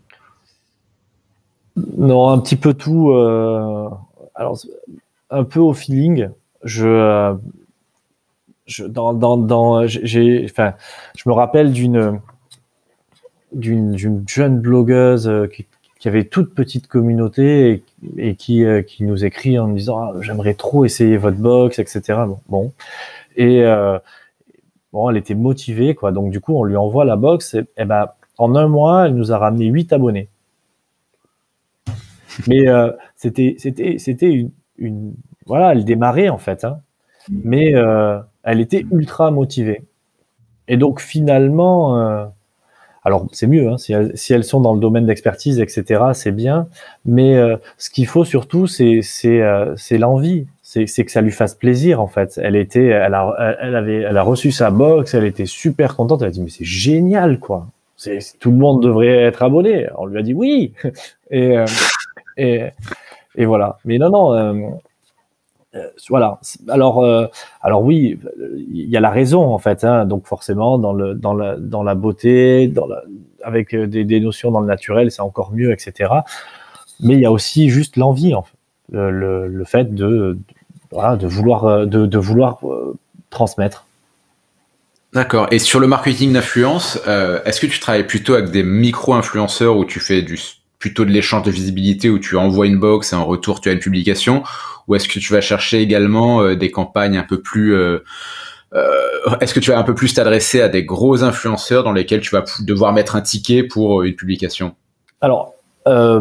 Speaker 2: Non, un petit peu tout. Euh, alors, un peu au feeling. Je... Euh, Je, dans, dans, dans, j'ai, enfin, je me rappelle d'une, d'une, d'une jeune blogueuse qui, qui avait toute petite communauté et, et qui, qui nous écrit en nous disant ah, j'aimerais trop essayer votre box, et cetera. Bon, bon. et euh, bon, elle était motivée, quoi. Donc du coup, on lui envoie la box. Et, et ben, en un mois, elle nous a ramené huit abonnés. Mais euh, c'était, c'était, c'était une, une, voilà, elle démarrait en fait, hein, mais euh, elle était ultra motivée. Et donc finalement, euh, alors c'est mieux, hein, si, elles, si elles sont dans le domaine d'expertise, et cetera, c'est bien. Mais euh, ce qu'il faut surtout, c'est, c'est, euh, c'est l'envie. C'est, c'est que ça lui fasse plaisir en fait. Elle était, elle a, elle avait, elle a reçu sa box, elle était super contente. Elle a dit mais c'est génial quoi. C'est, tout le monde devrait être abonné. On lui a dit oui. Et, euh, et, et voilà. Mais non, non. Euh, euh, voilà. Alors, euh, alors oui, il y a la raison en fait. Hein, donc forcément, dans le, dans la, dans la beauté, dans la, avec des, des notions dans le naturel, c'est encore mieux, et cetera. Mais il y a aussi juste l'envie, en fait, le, le, le fait de, de, voilà, de vouloir, de, de vouloir euh, transmettre.
Speaker 1: D'accord. Et sur le marketing d'influence, euh, est-ce que tu travailles plutôt avec des micro-influenceurs où tu fais du plutôt de l'échange de visibilité, où tu envoies une box et en retour tu as une publication, ou est-ce que tu vas chercher également euh, des campagnes un peu plus euh, euh, est-ce que tu vas un peu plus t'adresser à des gros influenceurs dans lesquels tu vas devoir mettre un ticket pour une publication?
Speaker 2: Alors, euh,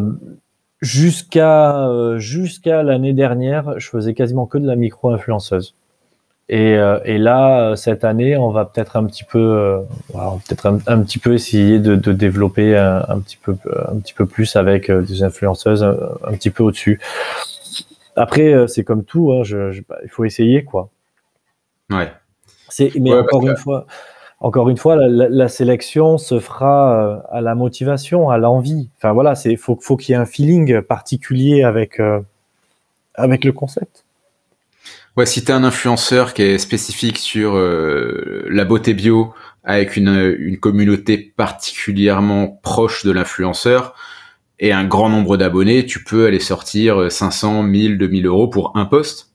Speaker 2: jusqu'à euh, jusqu'à l'année dernière, je faisais quasiment que de la micro-influenceuse. Et, euh, et là, cette année, on va peut-être un petit peu, euh, voilà, on va peut-être un, un petit peu essayer de, de développer un, un petit peu, un petit peu plus avec euh, des influenceuses un, un petit peu au-dessus. Après, euh, c'est comme tout, hein, je, je, bah, il faut essayer quoi.
Speaker 1: Ouais.
Speaker 2: C'est, mais
Speaker 1: ouais,
Speaker 2: encore une que... fois, encore une fois, la, la, la sélection se fera à la motivation, à l'envie. Enfin voilà, c'est faut, faut qu'il y ait un feeling particulier avec euh, avec le concept.
Speaker 1: Ouais, si t'es un influenceur qui est spécifique sur euh, la beauté bio, avec une, une communauté particulièrement proche de l'influenceur et un grand nombre d'abonnés, tu peux aller sortir cinq cents, mille, deux mille euros pour un post.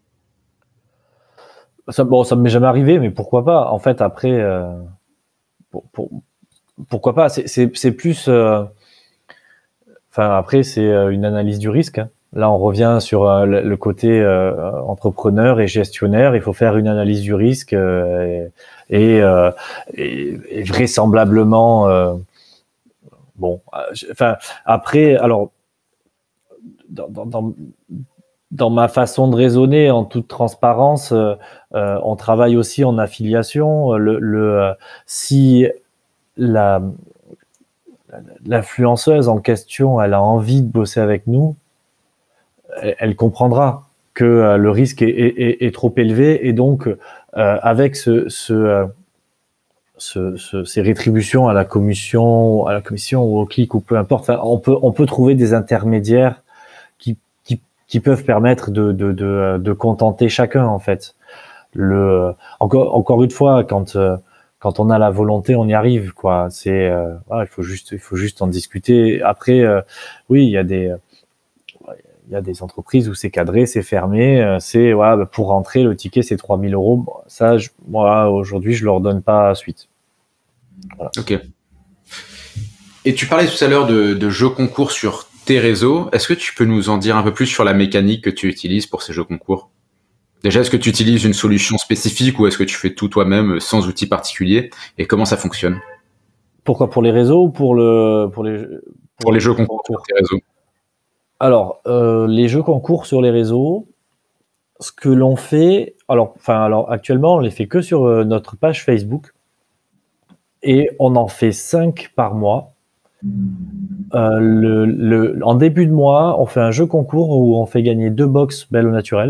Speaker 2: Ça, bon, ça m'est jamais arrivé, mais pourquoi pas? En fait, après, euh, pour, pour, pourquoi pas? C'est, c'est, c'est plus, euh, enfin après, c'est une analyse du risque. Hein. Là, on revient sur euh, le côté euh, entrepreneur et gestionnaire. Il faut faire une analyse du risque euh, et, et, euh, et, et vraisemblablement, euh, bon, enfin après, alors dans, dans, dans, dans ma façon de raisonner, en toute transparence, euh, euh, on travaille aussi en affiliation. Le, le euh, si la l'influenceuse en question, elle a envie de bosser avec nous, elle, elle comprendra que euh, le risque est, est, est, trop élevé et donc euh, avec ce, ce, euh, ce, ce, ces rétributions à la commission, à la commission ou au clic ou peu importe, enfin, on peut on peut trouver des intermédiaires qui qui, qui peuvent permettre de, de de de contenter chacun en fait. Le encore encore une fois quand euh, quand on a la volonté, on y arrive, quoi. C'est, euh, voilà, il faut juste, il faut juste en discuter. Après, euh, oui, il y a des, il y a des entreprises où c'est cadré, c'est fermé, c'est, voilà, pour rentrer, le ticket c'est trois mille euros. Bon, ça, je, moi, aujourd'hui, je leur donne pas suite. Voilà.
Speaker 1: Ok. Et tu parlais tout à l'heure de, de jeux concours sur tes réseaux. Est-ce que tu peux nous en dire un peu plus sur la mécanique que tu utilises pour ces jeux concours? Déjà, est-ce que tu utilises une solution spécifique ou est-ce que tu fais tout toi-même sans outil particulier? Et comment ça fonctionne?
Speaker 2: Pourquoi? Pour les réseaux ou pour, le, pour, les, pour,
Speaker 1: pour les jeux concours, concours sur tes réseaux?
Speaker 2: Alors, euh, les jeux concours sur les réseaux, ce que l'on fait, alors, enfin, alors actuellement, on les fait que sur euh, notre page Facebook et on en fait cinq par mois. Euh, le, le, en début de mois, on fait un jeu concours où on fait gagner deux box Belle au naturel.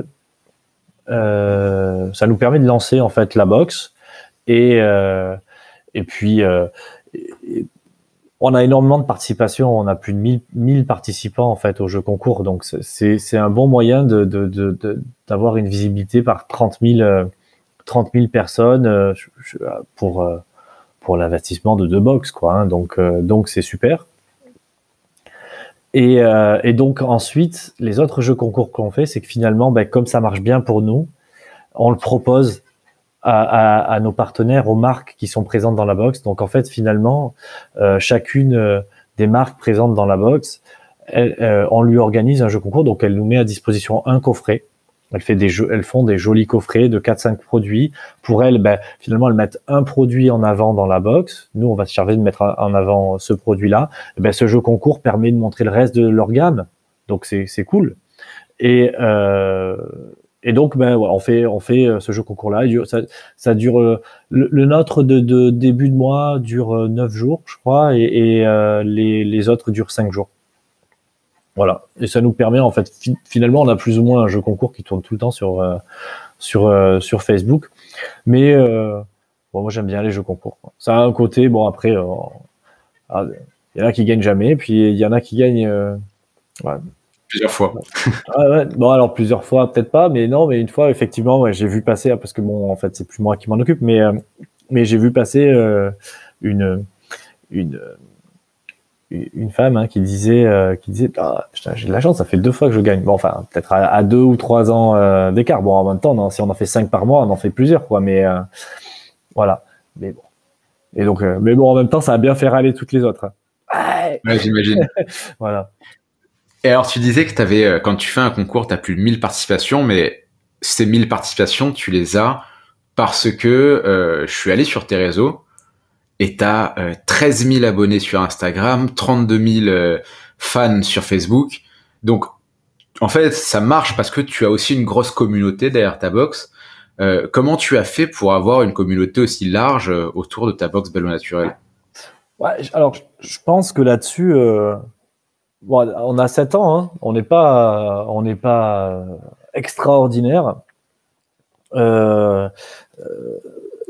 Speaker 2: Euh, ça nous permet de lancer en fait la box et euh, et puis euh, et, on a énormément de participation, on a plus de mille, mille participants en fait au jeu concours, donc c'est c'est un bon moyen de de de, de d'avoir une visibilité par trente mille personnes euh, pour euh, pour l'investissement de deux box quoi, hein, donc euh, donc c'est super. Et, euh, et donc ensuite, les autres jeux concours qu'on fait, c'est que finalement, ben, comme ça marche bien pour nous, on le propose à, à, à nos partenaires, aux marques qui sont présentes dans la box. Donc en fait, finalement, euh, chacune euh, des marques présentes dans la box, elle, euh, on lui organise un jeu concours. Donc elle nous met à disposition un coffret. Elle fait des jeux, elles font des jolis coffrets de quatre cinq produits. Pour elles, ben, finalement, elles mettent un produit en avant dans la box. Nous, on va se charger de mettre en avant ce produit-là. Et ben, ce jeu concours permet de montrer le reste de leur gamme. donc c'est c'est cool. Et euh, et donc ben voilà, on fait on fait ce jeu concours-là. Ça ça dure le, le nôtre de, de début de mois dure neuf jours, je crois, et, et euh, les les autres durent cinq jours. Voilà. Et ça nous permet en fait fi- finalement on a plus ou moins un jeu concours qui tourne tout le temps sur euh, sur euh, sur Facebook, mais euh, bon, moi j'aime bien les jeux concours, quoi. Ça a un côté bon après. Euh, ah, il y en a qui gagnent jamais, puis il y en a qui gagnent. Euh, ouais.
Speaker 1: Plusieurs fois.
Speaker 2: Ah ouais, bon alors plusieurs fois peut-être pas, mais non, mais une fois effectivement, ouais, j'ai vu passer parce que bon, en fait, c'est plus moi qui m'en occupe, mais euh, mais j'ai vu passer euh, une une une femme hein, qui disait euh, qui disait ah, putain, j'ai de la chance, ça fait deux fois que je gagne. Bon, enfin peut-être à, à deux ou trois ans euh, d'écart. Bon, en même temps, non, si on en fait cinq par mois, on en fait plusieurs, quoi. Mais euh, voilà. Mais bon. Et donc, euh, mais bon, en même temps, ça a bien fait râler toutes les autres.
Speaker 1: Ouais, ouais j'imagine.
Speaker 2: Voilà.
Speaker 1: Et alors, tu disais que t'avais, quand tu fais un concours, tu as plus de mille participations, mais ces mille participations, tu les as parce que euh, je suis allé sur tes réseaux et tu as euh, treize mille abonnés sur Instagram, trente-deux mille euh, fans sur Facebook. Donc, en fait, ça marche parce que tu as aussi une grosse communauté derrière ta box. Euh, comment tu as fait pour avoir une communauté aussi large euh, autour de ta box Belle Eau Naturelle?
Speaker 2: Ouais, alors, je pense que là-dessus... Euh... Bon, on a sept ans, hein. On n'est pas, on n'est pas extraordinaire. Euh, euh,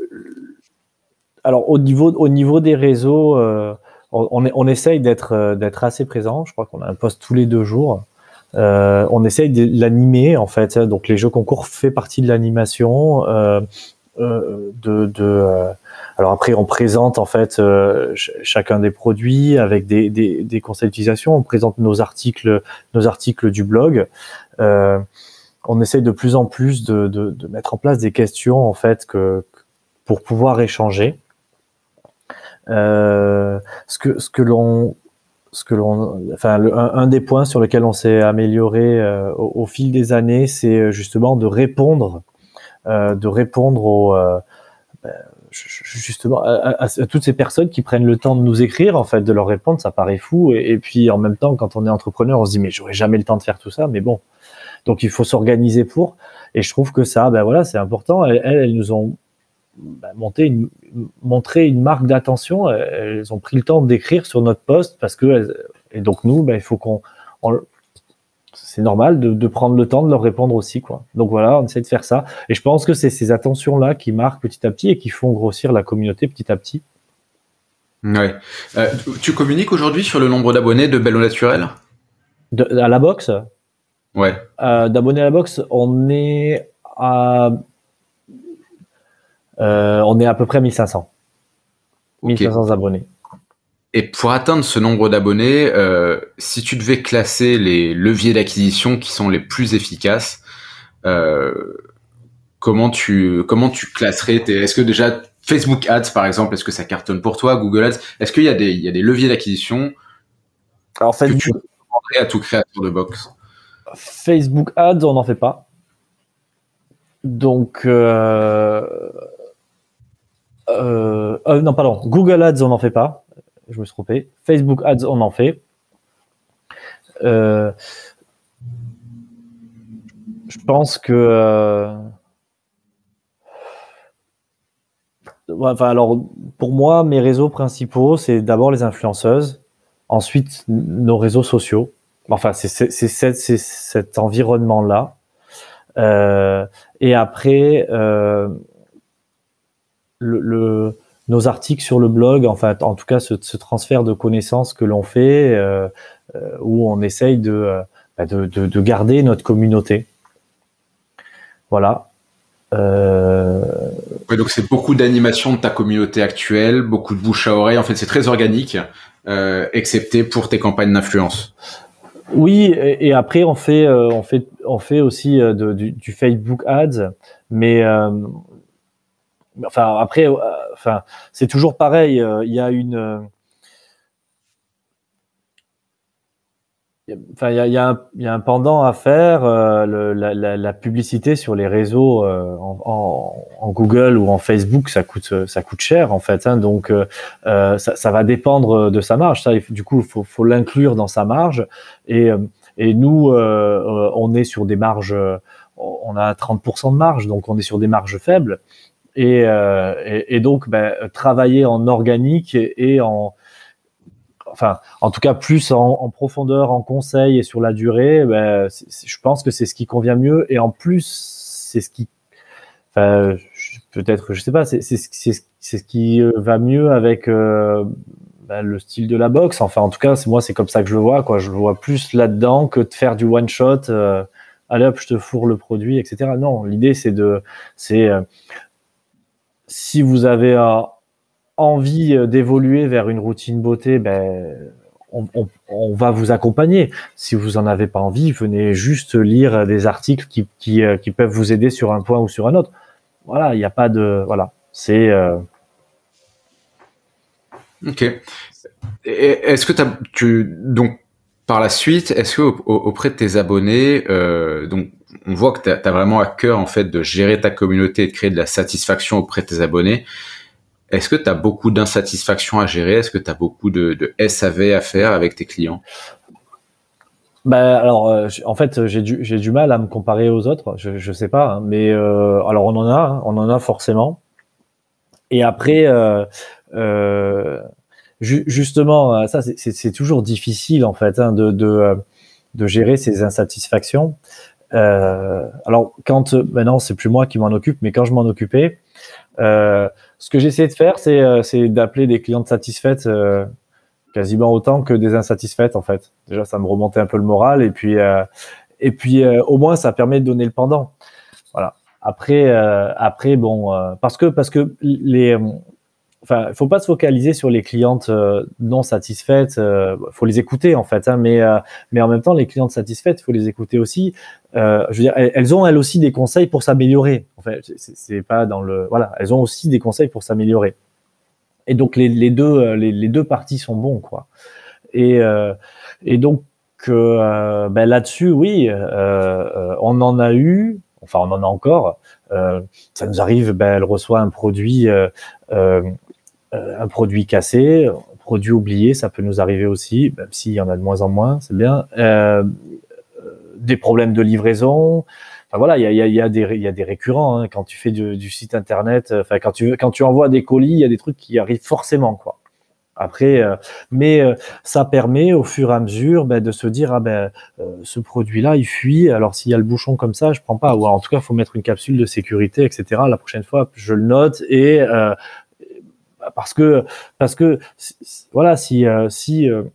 Speaker 2: alors au niveau, au niveau des réseaux, euh, on, on essaye d'être, d'être assez présent. Je crois qu'on a un post tous les deux jours. Euh, on essaye de l'animer en fait. Donc les jeux concours fait partie de l'animation. Euh, euh, de, de euh, alors après on présente en fait euh, ch- chacun des produits avec des, des, des conseils d'utilisation, on présente nos articles nos articles du blog, euh, on essaye de plus en plus de, de, de mettre en place des questions en fait que pour pouvoir échanger. Euh, ce que ce que l'on ce que l'on enfin le, un, un des points sur lesquels on s'est amélioré euh, au, au fil des années, c'est justement de répondre euh, de répondre aux euh, justement à, à, à toutes ces personnes qui prennent le temps de nous écrire, en fait, de leur répondre, ça paraît fou. Et, et puis en même temps, quand on est entrepreneur, on se dit mais j'aurai jamais le temps de faire tout ça. Mais bon, donc il faut s'organiser pour. Et je trouve que ça, ben voilà, c'est important. Elles, elles nous ont ben, monté une, montré une marque d'attention. Elles ont pris le temps d'écrire sur notre post parce que et donc nous, ben il faut qu'on on, c'est normal de, de prendre le temps de leur répondre aussi, quoi. Donc voilà, on essaie de faire ça. Et je pense que c'est ces attentions-là qui marquent petit à petit et qui font grossir la communauté petit à petit.
Speaker 1: Ouais. Euh, tu communiques aujourd'hui sur le nombre d'abonnés de Belle Eau Naturelle?
Speaker 2: De, à la box?
Speaker 1: Ouais.
Speaker 2: Euh, d'abonnés à la box, on est à, euh, on est à peu près mille cinq cents. Okay. mille cinq cents abonnés.
Speaker 1: Et pour atteindre ce nombre d'abonnés, euh, si tu devais classer les leviers d'acquisition qui sont les plus efficaces, euh, comment tu comment tu classerais tes, est-ce que déjà Facebook Ads par exemple, est-ce que ça cartonne pour toi? Google Ads, est-ce qu'il y a des il y a des leviers d'acquisition
Speaker 2: Alors Facebook,
Speaker 1: que tu recommanderais à tout créateur de box?
Speaker 2: Facebook Ads, on n'en fait pas. Donc euh, euh, euh, non pardon, Google Ads on n'en fait pas. Je me suis trompé. Facebook Ads, on en fait. Euh, je pense que... Euh, enfin, alors, pour moi, mes réseaux principaux, c'est d'abord les influenceuses, ensuite nos réseaux sociaux. Enfin, c'est, c'est, c'est, c'est, c'est cet environnement-là. Euh, et après, euh, le... le nos articles sur le blog, enfin, en tout cas, ce, ce transfert de connaissances que l'on fait, euh, euh, où on essaye de, euh, de, de, de garder notre communauté. Voilà. Euh...
Speaker 1: Ouais, donc c'est beaucoup d'animation de ta communauté actuelle, beaucoup de bouche à oreille. En fait, c'est très organique, euh, excepté pour tes campagnes d'influence.
Speaker 2: Oui, et, et après on fait, euh, on fait, on fait aussi euh, de, du, du Facebook Ads, mais euh, enfin après, euh, enfin c'est toujours pareil. Il euh, y a une, euh, enfin il y a, y, a un, y a un pendant à faire. Euh, le, la, la, la publicité sur les réseaux euh, en, en, en Google ou en Facebook, ça coûte, ça coûte cher en fait. Hein, donc euh, ça, ça va dépendre de sa marge. Ça, du coup, il faut, faut l'inclure dans sa marge. Et euh, Et nous, euh, on est sur des marges, on a trente pour cent de marge, donc on est sur des marges faibles. Et, euh, et, et donc, ben, travailler en organique et, et en, enfin, en tout cas, plus en, en profondeur, en conseil et sur la durée, ben, c'est, c'est, je pense que c'est ce qui convient mieux. Et en plus, c'est ce qui, enfin, peut-être, je sais pas, c'est, c'est, c'est, c'est ce qui va mieux avec euh, ben, le style de la boxe. Enfin, en tout cas, c'est, moi, c'est comme ça que je le vois, quoi. Je le vois plus là-dedans que de faire du one shot. Euh, allez hop, je te fourre le produit, et cetera. Non, l'idée, c'est de, c'est euh, si vous avez euh, envie d'évoluer vers une routine beauté, ben, on, on, on va vous accompagner. Si vous en avez pas envie, venez juste lire des articles qui, qui, qui peuvent vous aider sur un point ou sur un autre. Voilà, il n'y a pas de, voilà, c'est. Euh...
Speaker 1: Ok. Et est-ce que t'as, tu, donc, par la suite, est-ce que auprès de tes abonnés, euh, donc, on voit que tu as vraiment à cœur en fait de gérer ta communauté et de créer de la satisfaction auprès de tes abonnés. Est-ce que tu as beaucoup d'insatisfaction à gérer? Est-ce que tu as beaucoup de, de S A V à faire avec tes clients?
Speaker 2: Bah alors, euh, en fait, j'ai du j'ai du mal à me comparer aux autres. Je je sais pas, hein, mais euh, alors on en a, hein, on en a forcément. Et après, euh, euh, ju- justement, ça c'est c'est toujours difficile en fait hein, de de de gérer ces insatisfactions. Euh, alors quand maintenant c'est plus moi qui m'en occupe, mais quand je m'en occupais, euh, ce que j'essayais de faire, c'est euh, c'est d'appeler des clientes satisfaites euh, quasiment autant que des insatisfaites en fait. Déjà, ça me remontait un peu le moral et puis euh, et puis euh, au moins ça permet de donner le pendant. Voilà. Après euh, après bon euh, parce que parce que les enfin, il faut pas se focaliser sur les clientes euh, non satisfaites. Euh, faut les écouter en fait, hein, mais euh, mais en même temps, les clientes satisfaites, il faut les écouter aussi. Euh, je veux dire, elles, elles ont elles aussi des conseils pour s'améliorer. En fait, c'est, c'est pas dans le voilà, elles ont aussi des conseils pour s'améliorer. Et donc les, les deux les, les deux parties sont bons quoi. Et euh, et donc euh, ben là-dessus, oui, euh, euh, on en a eu. Enfin, on en a encore. Euh, ça nous arrive. Ben, elle reçoit un produit. Euh, euh, euh, un produit cassé, un produit oublié, ça peut nous arriver aussi, même s'il y en a de moins en moins, c'est bien. Euh, des problèmes de livraison. Enfin voilà, il y a, y, a, y, a des, y a des récurrents hein, quand tu fais du, du site internet. Enfin quand tu quand tu envoies des colis, il y a des trucs qui arrivent forcément quoi. Après, euh, mais euh, ça permet au fur et à mesure ben, de se dire ah ben euh, ce produit-là il fuit. Alors s'il y a le bouchon comme ça, je prends pas. Ou alors, en tout cas, il faut mettre une capsule de sécurité, et cetera. La prochaine fois, je le note et euh, parce que parce que voilà si euh, si euh,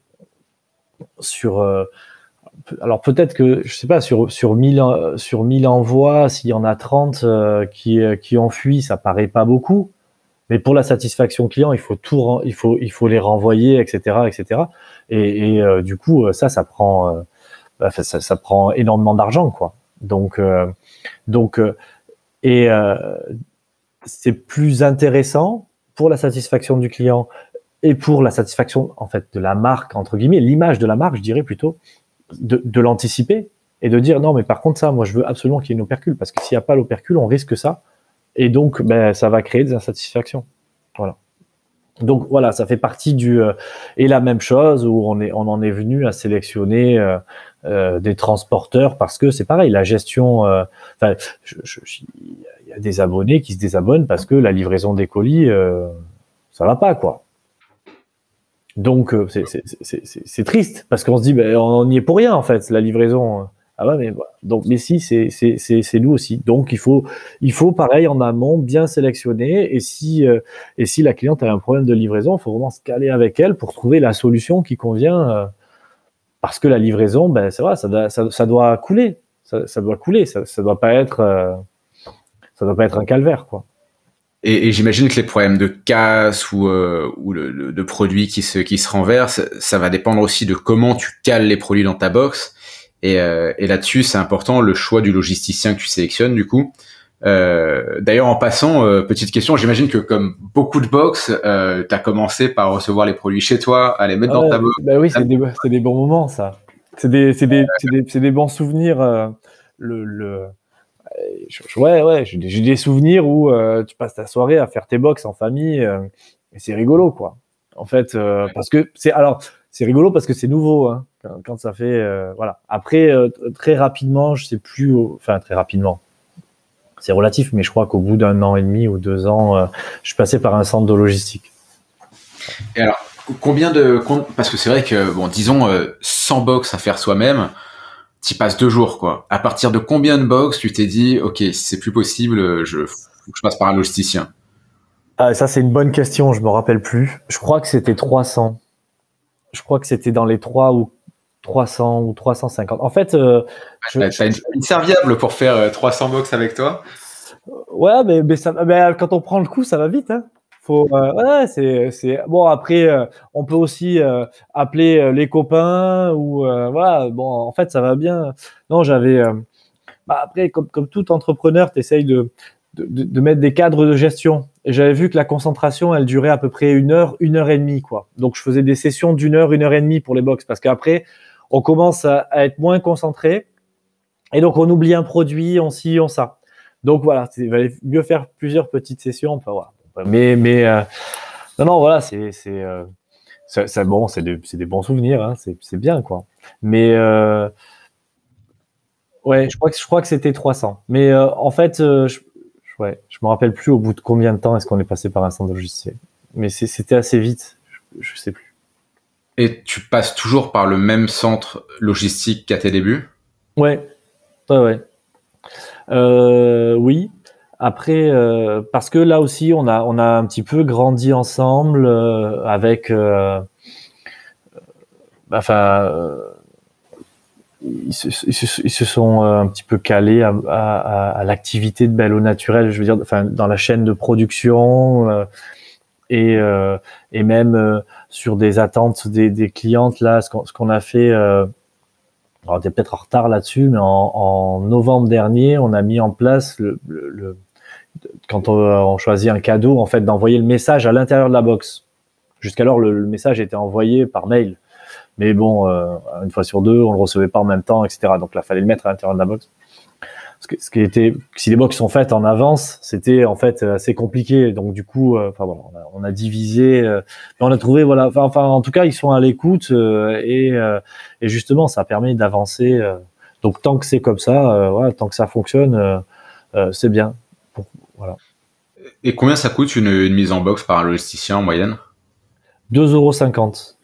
Speaker 2: sur euh, alors peut-être que je sais pas sur sur mille sur mille envois s'il y en a trente euh, qui qui ont fui, ça paraît pas beaucoup, mais pour la satisfaction client il faut tout il faut il faut les renvoyer, etc., etc. et, et euh, du coup ça ça prend euh, ça, ça prend énormément d'argent quoi. Donc euh, donc euh, et euh, c'est plus intéressant pour la satisfaction du client et pour la satisfaction en fait de la marque entre guillemets, l'image de la marque, je dirais plutôt, de, de l'anticiper et de dire non mais par contre ça, moi je veux absolument qu'il y ait une opercule parce que s'il n'y a pas l'opercule, on risque ça et donc ben ça va créer des insatisfactions. Voilà. Donc voilà, ça fait partie du euh, et la même chose où on est on en est venu à sélectionner euh, euh, des transporteurs parce que c'est pareil, la gestion. Enfin, euh, il y a des abonnés qui se désabonnent parce que la livraison des colis, euh, ça va pas quoi. Donc euh, c'est, c'est, c'est, c'est, c'est triste parce qu'on se dit ben on n'y est pour rien en fait la livraison. Ah ouais mais voilà. Donc mais si c'est c'est c'est c'est nous aussi. Donc il faut il faut pareil en amont bien sélectionner et si euh, et si la cliente a un problème de livraison, il faut vraiment se caler avec elle pour trouver la solution qui convient euh, parce que la livraison ben c'est vrai ça doit ça, ça doit couler. Ça, ça doit couler, ça ça doit pas être euh, ça doit pas être un calvaire quoi.
Speaker 1: Et, et j'imagine que les problèmes de casse ou, euh, ou le, le, de produits qui se, qui se renversent, ça va dépendre aussi de comment tu cales les produits dans ta box. Et, euh, et là-dessus, c'est important le choix du logisticien que tu sélectionnes du coup. Euh, d'ailleurs, en passant, euh, petite question, j'imagine que comme beaucoup de box, euh, tu as commencé par recevoir les produits chez toi, à les mettre
Speaker 2: Ah
Speaker 1: dans
Speaker 2: ouais,
Speaker 1: ta box.
Speaker 2: bah oui, c'est des, c'est des bons moments ça. C'est des, c'est des, c'est des, c'est des bons souvenirs. Euh, le, le, Je- ouais, ouais, j'ai des, j'ai des souvenirs où euh, tu passes ta soirée à faire tes box en famille euh, et c'est rigolo, quoi. En fait, euh, parce que c'est alors c'est rigolo parce que c'est nouveau hein, quand, quand ça fait euh, voilà. Après euh, très rapidement, je sais plus, enfin très rapidement. C'est relatif, mais je crois qu'au bout d'un an et demi ou deux ans, euh, je suis passé par un centre de logistique.
Speaker 1: Et alors, combien de parce que c'est vrai que bon, disons euh, cent box à faire soi-même, t'y passes deux jours quoi. À partir de combien de box tu t'es dit ok, c'est plus possible, je faut que je passe par un logisticien?
Speaker 2: Ah, ça c'est une bonne question, je me rappelle plus. Je crois que c'était trois cents. Je crois que c'était dans les trois ou trois cents ou trois cent cinquante. En fait, euh, je,
Speaker 1: t'as, t'as une, une serviable pour faire euh, trois cents box avec toi?
Speaker 2: Ouais, mais, mais, ça, mais quand on prend le coup, ça va vite. Hein. Faut, euh, ouais, c'est, c'est bon. Après, euh, on peut aussi euh, appeler euh, les copains ou euh, voilà. Bon, en fait, ça va bien. Non, j'avais. Euh, bah, après, comme, comme tout entrepreneur, tu essayes de, de, de mettre des cadres de gestion. Et j'avais vu que la concentration, elle durait à peu près une heure, une heure et demie, quoi. Donc, je faisais des sessions d'une heure, une heure et demie pour les box, parce qu'après, on commence à, à être moins concentré, et donc on oublie un produit, on ci, on ça. Donc voilà, il valait mieux faire plusieurs petites sessions. Enfin, voilà. Mais, mais euh, non, non, voilà, c'est, c'est, euh, c'est, c'est bon, c'est, de, c'est des bons souvenirs, hein, c'est, c'est bien, quoi. Mais euh, ouais, je crois que je crois que c'était trois cents. Mais euh, en fait, euh, je, ouais, je me rappelle plus au bout de combien de temps est-ce qu'on est passé par un centre de logiciel. Mais c'est, c'était assez vite, je, je sais plus.
Speaker 1: Et tu passes toujours par le même centre logistique qu'à tes débuts?
Speaker 2: Ouais, ouais, ouais. Euh, oui. Après, euh, parce que là aussi, on a on a un petit peu grandi ensemble euh, avec, euh, enfin, euh, ils, se, ils, se, ils se sont euh, un petit peu calés à, à, à l'activité de Belle au Naturel. Je veux dire, enfin, dans la chaîne de production euh, et euh, et même euh, sur des attentes des, des clientes là, ce qu'on, ce qu'on a fait. Euh, alors, on était peut-être en retard là-dessus, mais en, en novembre dernier, on a mis en place le, le, le quand on, on choisit un cadeau, en fait, d'envoyer le message à l'intérieur de la box. Jusqu'alors, le, le message était envoyé par mail. Mais bon, euh, une fois sur deux, on le recevait pas en même temps, et cetera. Donc là, il fallait le mettre à l'intérieur de la box. Ce, que, ce qui était, si les box sont faites en avance, c'était en fait assez compliqué. Donc du coup, euh, enfin voilà, on a, on a divisé, euh, mais on a trouvé, voilà, enfin, enfin, en tout cas, ils sont à l'écoute euh, et, euh, et justement, ça permet d'avancer. Euh, donc tant que c'est comme ça, euh, voilà, tant que ça fonctionne, euh, euh, c'est bien. Pour, voilà.
Speaker 1: Et combien ça coûte une, une mise en box par un logisticien en moyenne?
Speaker 2: deux euros cinquante.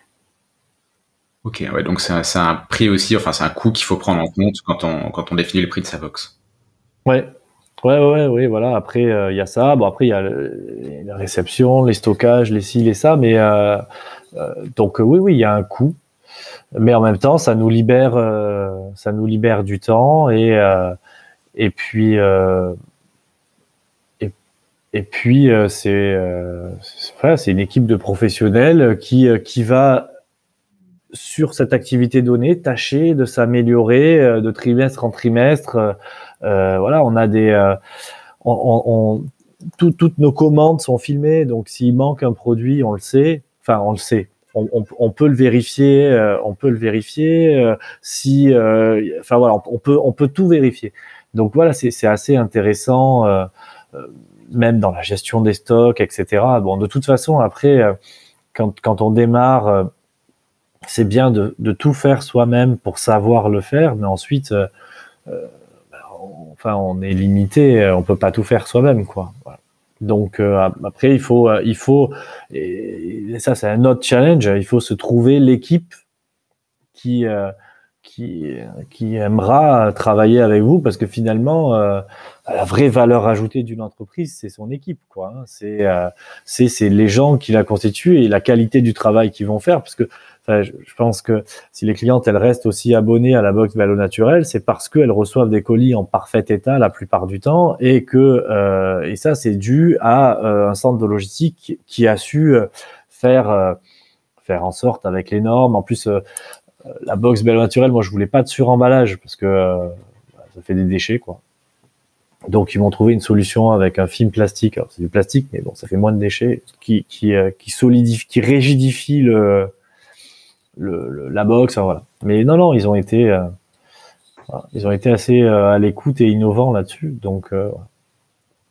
Speaker 1: Ok, ouais, donc c'est un, c'est un prix aussi, enfin c'est un coût qu'il faut prendre en compte quand on, quand on définit le prix de sa box.
Speaker 2: Ouais. Ouais, ouais, ouais, voilà. Après, il euh, y a ça. Bon, après, il y a le, la réception, les stockages, les ci, les ça. Mais euh, euh, donc, euh, oui, oui, il y a un coût. Mais en même temps, ça nous libère, euh, ça nous libère du temps et euh, et puis euh, et, et puis euh, c'est euh, c'est, voilà, c'est une équipe de professionnels qui euh, qui va sur cette activité donnée tâcher de s'améliorer euh, de trimestre en trimestre. Euh, euh, voilà, on a des euh, on, on, on tout, toutes nos commandes sont filmées, donc s'il manque un produit, on le sait. Enfin, on le sait. On, on, on peut le vérifier. Euh, on peut le vérifier. Euh, si, euh, enfin voilà, on, on peut, on peut tout vérifier. Donc voilà, c'est, c'est assez intéressant, euh, euh, même dans la gestion des stocks, et cetera. Bon, de toute façon, après, euh, quand, quand on démarre, euh, c'est bien de, de tout faire soi-même pour savoir le faire, mais ensuite. Euh, euh, Enfin, on est limité, on peut pas tout faire soi-même, quoi. Voilà. Donc euh, après, il faut, il faut, et ça c'est un autre challenge. Il faut se trouver l'équipe qui euh, qui qui aimera travailler avec vous, parce que finalement, euh, la vraie valeur ajoutée d'une entreprise, c'est son équipe, quoi. Hein. C'est euh, c'est c'est les gens qui la constituent et la qualité du travail qu'ils vont faire, parce que enfin, je, je pense que si les clientes elles restent aussi abonnées à la box Valeo Naturel, c'est parce qu'elles reçoivent des colis en parfait état la plupart du temps, et que euh, et ça c'est dû à euh, un centre de logistique qui a su euh, faire euh, faire en sorte avec les normes. En plus, euh, la box Valeo Naturel, moi je voulais pas de suremballage parce que euh, ça fait des déchets, quoi. Donc ils m'ont trouvé une solution avec un film plastique. Alors c'est du plastique, mais bon, ça fait moins de déchets, qui qui euh, qui solidifie, qui rigidifie le Le, le, la box, enfin, voilà. Mais non, non, ils ont été, euh, voilà, ils ont été assez euh, à l'écoute et innovants là-dessus. Donc, euh,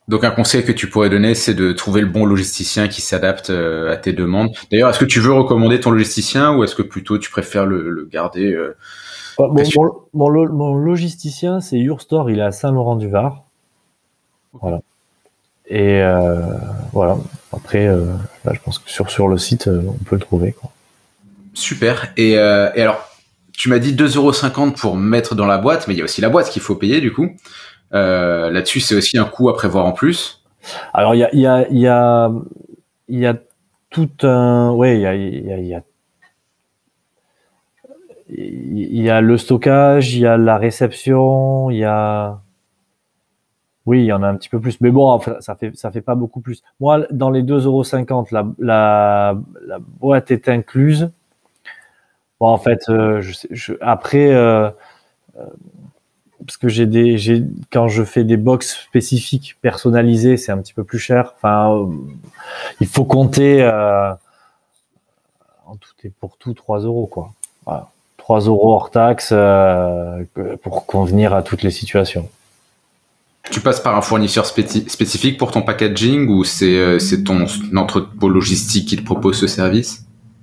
Speaker 1: Donc un conseil que tu pourrais donner, c'est de trouver le bon logisticien qui s'adapte euh, à tes demandes. D'ailleurs, est-ce que tu veux recommander ton logisticien ou est-ce que plutôt tu préfères le, le garder euh,
Speaker 2: Bon, mon, mon, mon, mon logisticien, c'est Yourstore, il est à Saint-Laurent-du-Var. Voilà. Et euh, voilà. Après, euh, là, je pense que sur, sur le site, euh, on peut le trouver, quoi.
Speaker 1: Super. Et, euh, et alors, tu m'as dit deux euros cinquante pour mettre dans la boîte, mais il y a aussi la boîte qu'il faut payer du coup. Euh, là-dessus, c'est aussi un coût à prévoir en plus.
Speaker 2: Alors, il y a, il y a, il y a, il y a tout un, ouais, il y a, il y a, il y a, il y a le stockage, il y a la réception, il y a, oui, il y en a un petit peu plus, mais bon, enfin, ça fait, ça fait pas beaucoup plus. Moi, dans les deux euros cinquante, la, la, la boîte est incluse. Bon, en fait, euh, je sais, je, après, euh, parce que j'ai des, j'ai, quand je fais des box spécifiques personnalisées, c'est un petit peu plus cher. Enfin, euh, il faut compter euh, en tout et pour tout trois euros, quoi. Voilà. trois euros hors taxe euh, pour convenir à toutes les situations.
Speaker 1: Tu passes par un fournisseur spéci- spécifique pour ton packaging ou c'est euh, c'est ton entrepôt logistique qui te propose ce service?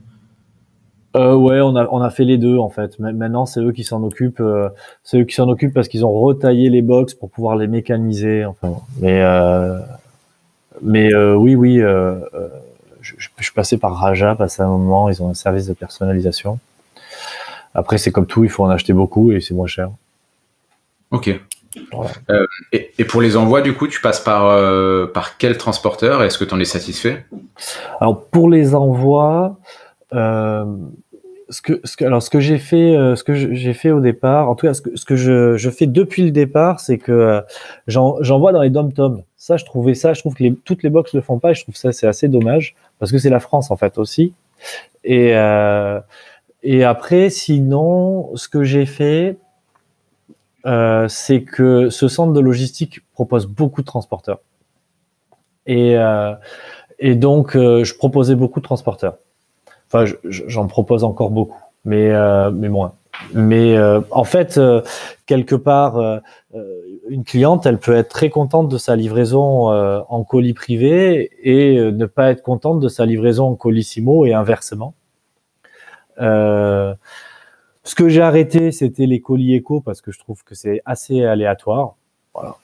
Speaker 2: Euh, ouais, on a on a fait les deux en fait. Maintenant, c'est eux qui s'en occupent. Euh, c'est eux qui s'en occupent parce qu'ils ont retaillé les box pour pouvoir les mécaniser. Enfin, mais euh, mais euh, oui, oui. Euh, euh, je, je suis passé par Raja parce qu'à un moment, ils ont un service de personnalisation. Après, c'est comme tout, il faut en acheter beaucoup et c'est moins cher.
Speaker 1: Ok. Voilà. Euh, et, et pour les envois, du coup, tu passes par euh, par quel transporteur? Est-ce que tu en es satisfait?
Speaker 2: Alors pour les envois. Euh, ce que, ce que, alors ce que j'ai fait, euh, ce que j'ai fait au départ, en tout cas ce que, ce que je, je fais depuis le départ, c'est que euh, j'en, j'envoie dans les dom-toms. Ça, je trouvais ça, je trouve que les, toutes les box le font pas, et je trouve ça c'est assez dommage parce que c'est la France en fait aussi. Et euh, et après, sinon, ce que j'ai fait, euh, c'est que ce centre de logistique propose beaucoup de transporteurs. Et euh, et donc, euh, je proposais beaucoup de transporteurs. Enfin, je, j'en propose encore beaucoup, mais euh, mais moins. Mais euh, en fait, euh, quelque part, euh, une cliente, elle peut être très contente de sa livraison euh, en colis privé et euh, ne pas être contente de sa livraison en colissimo et inversement. Euh, ce que j'ai arrêté, c'était les colis éco parce que je trouve que c'est assez aléatoire. Voilà.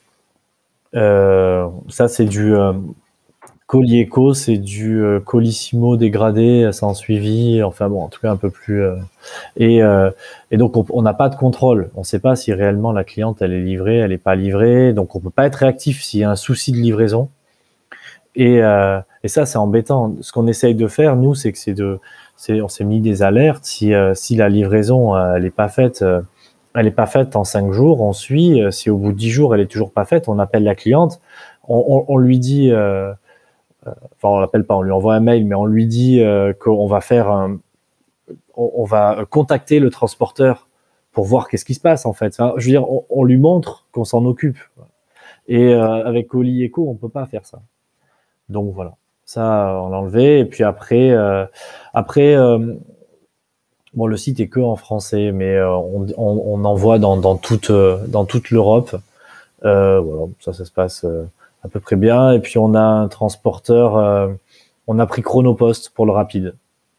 Speaker 2: Euh, ça, c'est du euh, colis éco, c'est du euh, colissimo dégradé sans suivi, enfin bon, en tout cas un peu plus. Euh, et, euh, et donc on n'a pas de contrôle, on ne sait pas si réellement la cliente elle est livrée, elle n'est pas livrée, donc on peut pas être réactif s'il y a un souci de livraison. Et, euh, et ça c'est embêtant. Ce qu'on essaye de faire nous, c'est que c'est de, c'est, on s'est mis des alertes si euh, si la livraison euh, elle est pas faite. Euh, elle est pas faite en cinq jours, on suit. Si au bout de dix jours elle est toujours pas faite, on appelle la cliente, on, on, on lui dit. Euh, Enfin, on l'appelle pas, on lui envoie un mail, mais on lui dit euh, qu'on va faire un, on, on va contacter le transporteur pour voir qu'est-ce qui se passe en fait. Enfin, je veux dire, on, on lui montre qu'on s'en occupe. Et euh, avec Colis Eco, on peut pas faire ça. Donc voilà, ça on l'a enlevé. Et puis après, euh, après, euh, bon, le site est que en français, mais euh, on, on, on envoie dans, dans toute, euh, dans toute l'Europe. Euh, voilà, ça, ça se passe. Euh, à peu près bien. Et puis on a un transporteur, euh, on a pris Chronopost pour le rapide.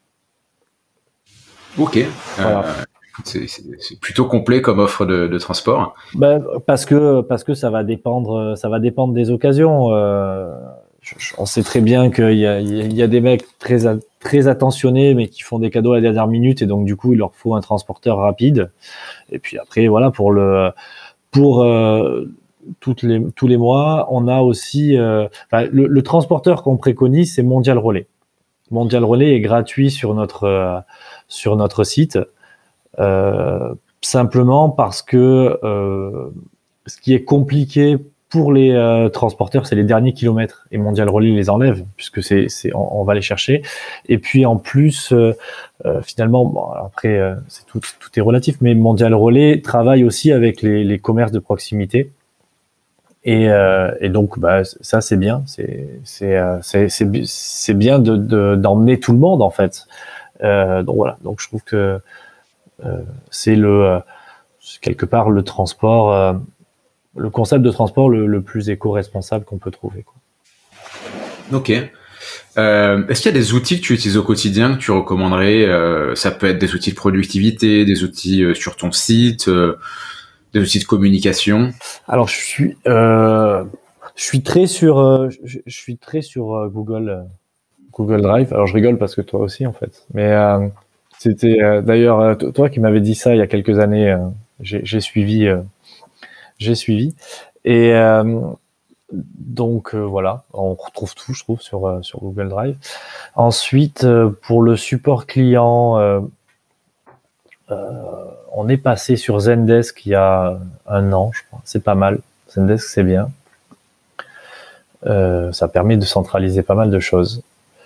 Speaker 1: Ok. Voilà. Euh, c'est, c'est, c'est plutôt complet comme offre de, de transport.
Speaker 2: Ben, parce que parce que ça va dépendre, ça va dépendre des occasions. Euh, je, je, on sait très bien qu'il y a il y a des mecs très très attentionnés mais qui font des cadeaux à la dernière minute et donc du coup il leur faut un transporteur rapide. Et puis après voilà pour le pour euh, Toutes les, tous les mois, on a aussi euh, enfin, le, le transporteur qu'on préconise, c'est Mondial Relais. Mondial Relais est gratuit sur notre euh, sur notre site, euh, simplement parce que euh, ce qui est compliqué pour les euh, transporteurs, c'est les derniers kilomètres et Mondial Relais les enlève puisque c'est c'est on, on va les chercher. Et puis en plus, euh, euh, finalement, bon, après euh, c'est tout tout est relatif, mais Mondial Relais travaille aussi avec les, les commerces de proximité. Et, euh, et donc, bah, ça c'est bien, c'est c'est c'est c'est, c'est bien de, de d'emmener tout le monde en fait. Euh, donc voilà, donc je trouve que euh, c'est le quelque part le transport, euh, le concept de transport le, le plus éco-responsable qu'on peut trouver, quoi.
Speaker 1: Ok. Euh, est-ce qu'il y a des outils que tu utilises au quotidien que tu recommanderais? euh, Ça peut être des outils de productivité, des outils euh, sur ton site, euh, des outils de communication.
Speaker 2: Alors je suis euh, je suis très sur euh, je, je suis très sur euh, Google euh, Google Drive. Alors je rigole parce que toi aussi en fait. Mais euh, c'était euh, d'ailleurs euh, t- toi qui m'avais dit ça il y a quelques années. Euh, j'ai, j'ai suivi euh, j'ai suivi et euh, donc euh, voilà, on retrouve tout je trouve sur euh, sur Google Drive. Ensuite euh, pour le support client, euh, on est passé sur Zendesk il y a un an, je crois. C'est pas mal. Zendesk c'est bien. Euh, ça permet de centraliser pas mal de choses.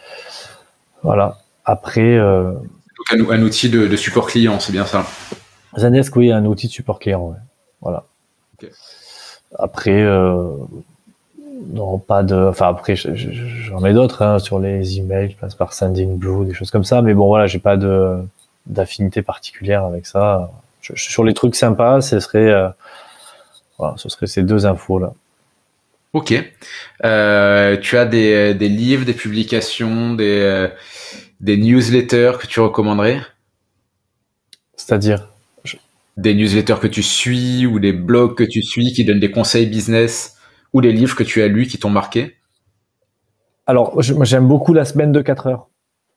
Speaker 2: Voilà. Après, euh,
Speaker 1: Donc un, un outil de, de support client, c'est bien ça.
Speaker 2: Zendesk, oui, un outil de support client. Ouais. Voilà.
Speaker 1: Ok.
Speaker 2: Après, euh, non, pas de. Enfin, après, je- je- j'en ai d'autres hein, sur les emails, je passe par Sendinblue, des choses comme ça. Mais bon, voilà, j'ai pas de d'affinité particulière avec ça. Je, je- sur les trucs sympas, ce serait, euh, voilà, ce serait ces deux infos là.
Speaker 1: Ok. Euh, tu as des, des livres, des publications, des, euh, des newsletters que tu recommanderais?
Speaker 2: C'est-à-dire, je-
Speaker 1: Des newsletters que tu suis ou des blogs que tu suis qui donnent des conseils business ou des livres que tu as lus qui t'ont marqué?
Speaker 2: alors, je- moi, j'aime beaucoup la semaine de quatre heures.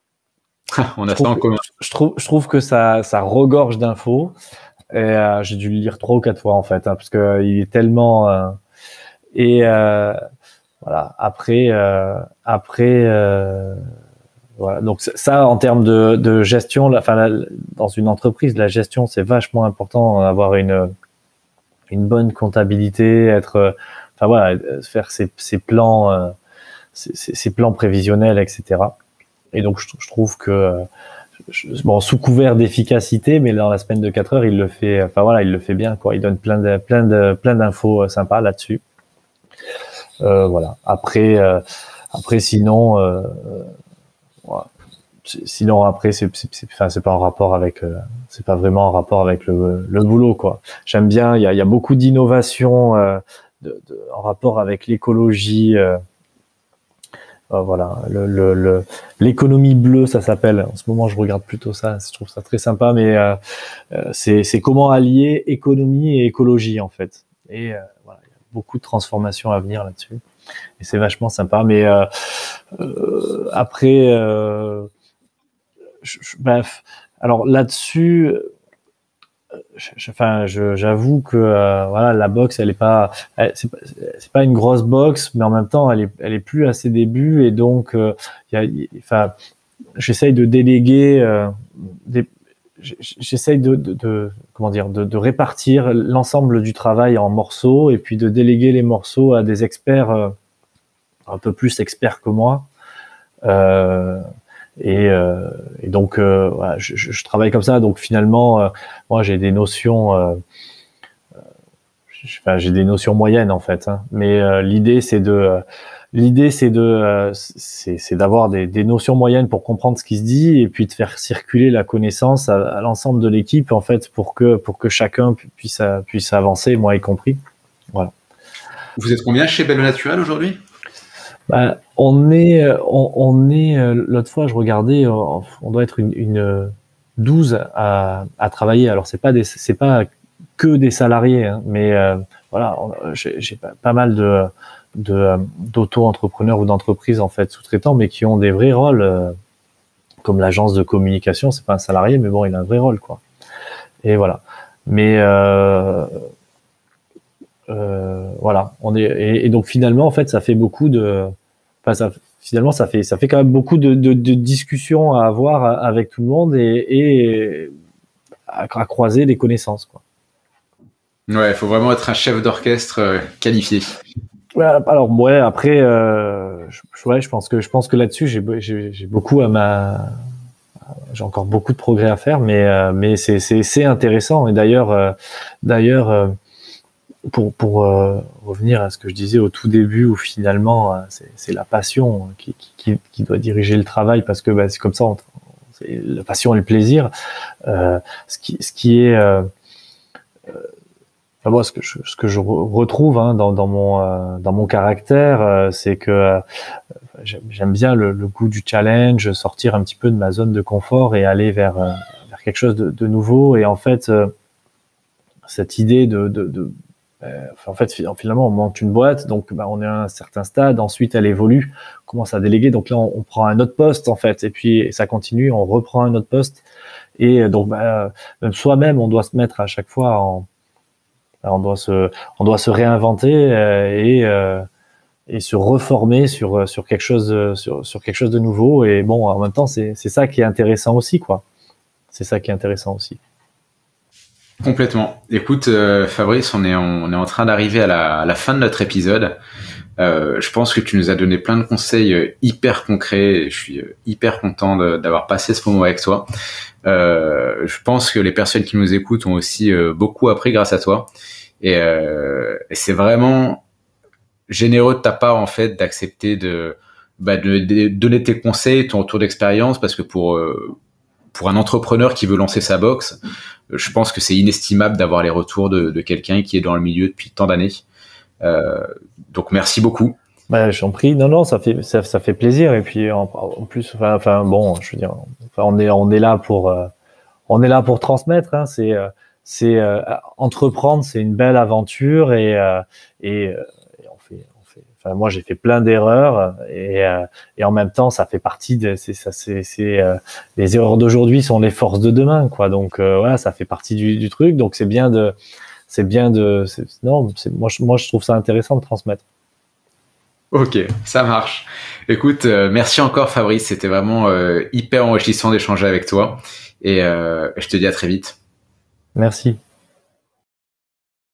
Speaker 1: On
Speaker 2: Je
Speaker 1: a ça
Speaker 2: trouve
Speaker 1: en
Speaker 2: que,
Speaker 1: commun.
Speaker 2: je trouve, je trouve que ça, ça regorge d'infos. Et euh, j'ai dû le lire trois ou quatre fois en fait, hein, parce que euh, il est tellement. Euh, et euh, voilà. Après, euh, après, euh, voilà. Donc ça, en termes de, de gestion, enfin, la, dans une entreprise, la gestion c'est vachement important, avoir une une bonne comptabilité, être, euh, enfin voilà, faire ses, ses plans, euh, ses, ses plans prévisionnels, et cetera. Et donc je, je trouve que euh, bon, sous couvert d'efficacité, mais dans la semaine de quatre heures, il le fait, enfin voilà, il le fait bien, quoi. Il donne plein de, plein de, plein d'infos euh, sympas là-dessus. Euh, voilà. Après, euh, après, sinon, euh, voilà. Sinon après, c'est, c'est, c'est, enfin, c'est pas en rapport avec, euh, c'est pas vraiment en rapport avec le, le boulot, quoi. J'aime bien, il y a, il y a beaucoup d'innovations euh, de, de, en rapport avec l'écologie. Euh, Euh, voilà, le, le, le, l'économie bleue, ça s'appelle. En ce moment, je regarde plutôt ça. Je trouve ça très sympa, mais euh, euh, c'est, c'est comment allier économie et écologie en fait. Et euh, voilà, il y a beaucoup de transformations à venir là-dessus. Et c'est vachement sympa. Mais euh, euh, après, euh, je, je, bref. Alors là-dessus, je, je, enfin, je, j'avoue que euh, voilà, la boxe, elle est pas, elle, c'est, pas, c'est pas une grosse boxe, mais en même temps, elle est, elle est plus à ses débuts, et donc, il euh, y a, y, enfin, j'essaye de déléguer, euh, des, j'essaye de, de, de, comment dire, de, de répartir l'ensemble du travail en morceaux, et puis de déléguer les morceaux à des experts euh, un peu plus experts que moi. Euh, Et, euh, et donc, euh, voilà, je, je, je travaille comme ça. Donc finalement, euh, moi, j'ai des notions, euh, je, enfin, j'ai des notions moyennes en fait. Hein. Mais euh, l'idée, c'est de, euh, l'idée, c'est de, euh, c'est, c'est d'avoir des, des notions moyennes pour comprendre ce qui se dit, et puis de faire circuler la connaissance à, à l'ensemble de l'équipe en fait, pour que, pour que chacun puisse, puisse avancer, moi y compris. Voilà.
Speaker 1: Vous êtes combien chez Belle Naturelle aujourd'hui?
Speaker 2: Bah, on est, on, on est, l'autre fois, je regardais, on, on doit être une, une douze à, à travailler. Alors, c'est pas des, c'est pas que des salariés, hein, mais euh, voilà, j'ai, j'ai pas, pas mal de, de, d'auto-entrepreneurs ou d'entreprises, en fait, sous-traitants, mais qui ont des vrais rôles, euh, comme l'agence de communication, c'est pas un salarié, mais bon, il a un vrai rôle, quoi. Et voilà. Mais, euh, Euh, voilà, on est et, et donc finalement en fait ça fait beaucoup de, enfin ça finalement ça fait ça fait quand même beaucoup de, de, de discussions à avoir avec tout le monde et, et à, à croiser des connaissances quoi.
Speaker 1: Ouais, il faut vraiment être un chef d'orchestre euh, qualifié.
Speaker 2: Ouais, alors ouais après euh, je, ouais, je pense que je pense que là-dessus j'ai j'ai, j'ai beaucoup à ma j'ai encore beaucoup de progrès à faire mais euh, mais c'est c'est c'est intéressant et d'ailleurs euh, d'ailleurs euh, pour, pour euh, revenir à ce que je disais au tout début, où finalement euh, c'est, c'est la passion qui, qui, qui doit diriger le travail, parce que bah, c'est comme ça, on, c'est la passion et le plaisir. Euh, ce qui, ce qui est, euh, Enfin, moi, ce que je, ce que je re- retrouve hein, dans, dans mon euh, dans mon caractère, euh, c'est que euh, j'aime j'aime bien le, le goût du challenge, sortir un petit peu de ma zone de confort et aller vers euh, vers quelque chose de, de nouveau. Et en fait, euh, cette idée de, de, de euh, en fait, finalement, on monte une boîte, donc bah, on est à un certain stade. Ensuite, elle évolue, on commence à déléguer. Donc là, on, on prend un autre poste en fait, et puis ça continue. On reprend un autre poste, et donc bah, même soi-même, on doit se mettre à chaque fois en, on doit se, on doit se réinventer euh, et euh, et se reformer sur sur quelque chose sur sur quelque chose de nouveau. Et bon, en même temps, c'est c'est ça qui est intéressant aussi, quoi. C'est ça qui est intéressant aussi.
Speaker 1: Complètement. Écoute, euh, Fabrice, on est en, on est en train d'arriver à la, à la fin de notre épisode. Euh, je pense que tu nous as donné plein de conseils euh, hyper concrets. Et je suis euh, hyper content de, d'avoir passé ce moment avec toi. Euh, je pense que les personnes qui nous écoutent ont aussi euh, beaucoup appris grâce à toi. Et, euh, et c'est vraiment généreux de ta part en fait d'accepter de, bah, de, de donner tes conseils, ton retour d'expérience, parce que pour euh, pour un entrepreneur qui veut lancer sa box, je pense que c'est inestimable d'avoir les retours de, de quelqu'un qui est dans le milieu depuis tant d'années. Euh, donc merci beaucoup.
Speaker 2: Bah, j'en prie. Non, non, ça fait ça, ça fait plaisir. Et puis en, en plus, enfin, enfin, bon, je veux dire, enfin, on est on est là pour euh, on est là pour transmettre. Hein, c'est euh, c'est euh, entreprendre, c'est une belle aventure et euh, et, euh, et on fait on fait. Enfin, moi, j'ai fait plein d'erreurs et euh, et en même temps, ça fait partie de c'est ça c'est c'est euh, les erreurs d'aujourd'hui sont les forces de demain, quoi. Donc euh, voilà, ça fait partie du, du truc. Donc c'est bien de c'est bien de c'est, non, c'est moi je, moi je trouve ça intéressant de transmettre.
Speaker 1: Ok, ça marche. Écoute, euh, merci encore Fabrice, c'était vraiment euh, hyper enrichissant d'échanger avec toi et euh, je te dis à très vite.
Speaker 2: Merci.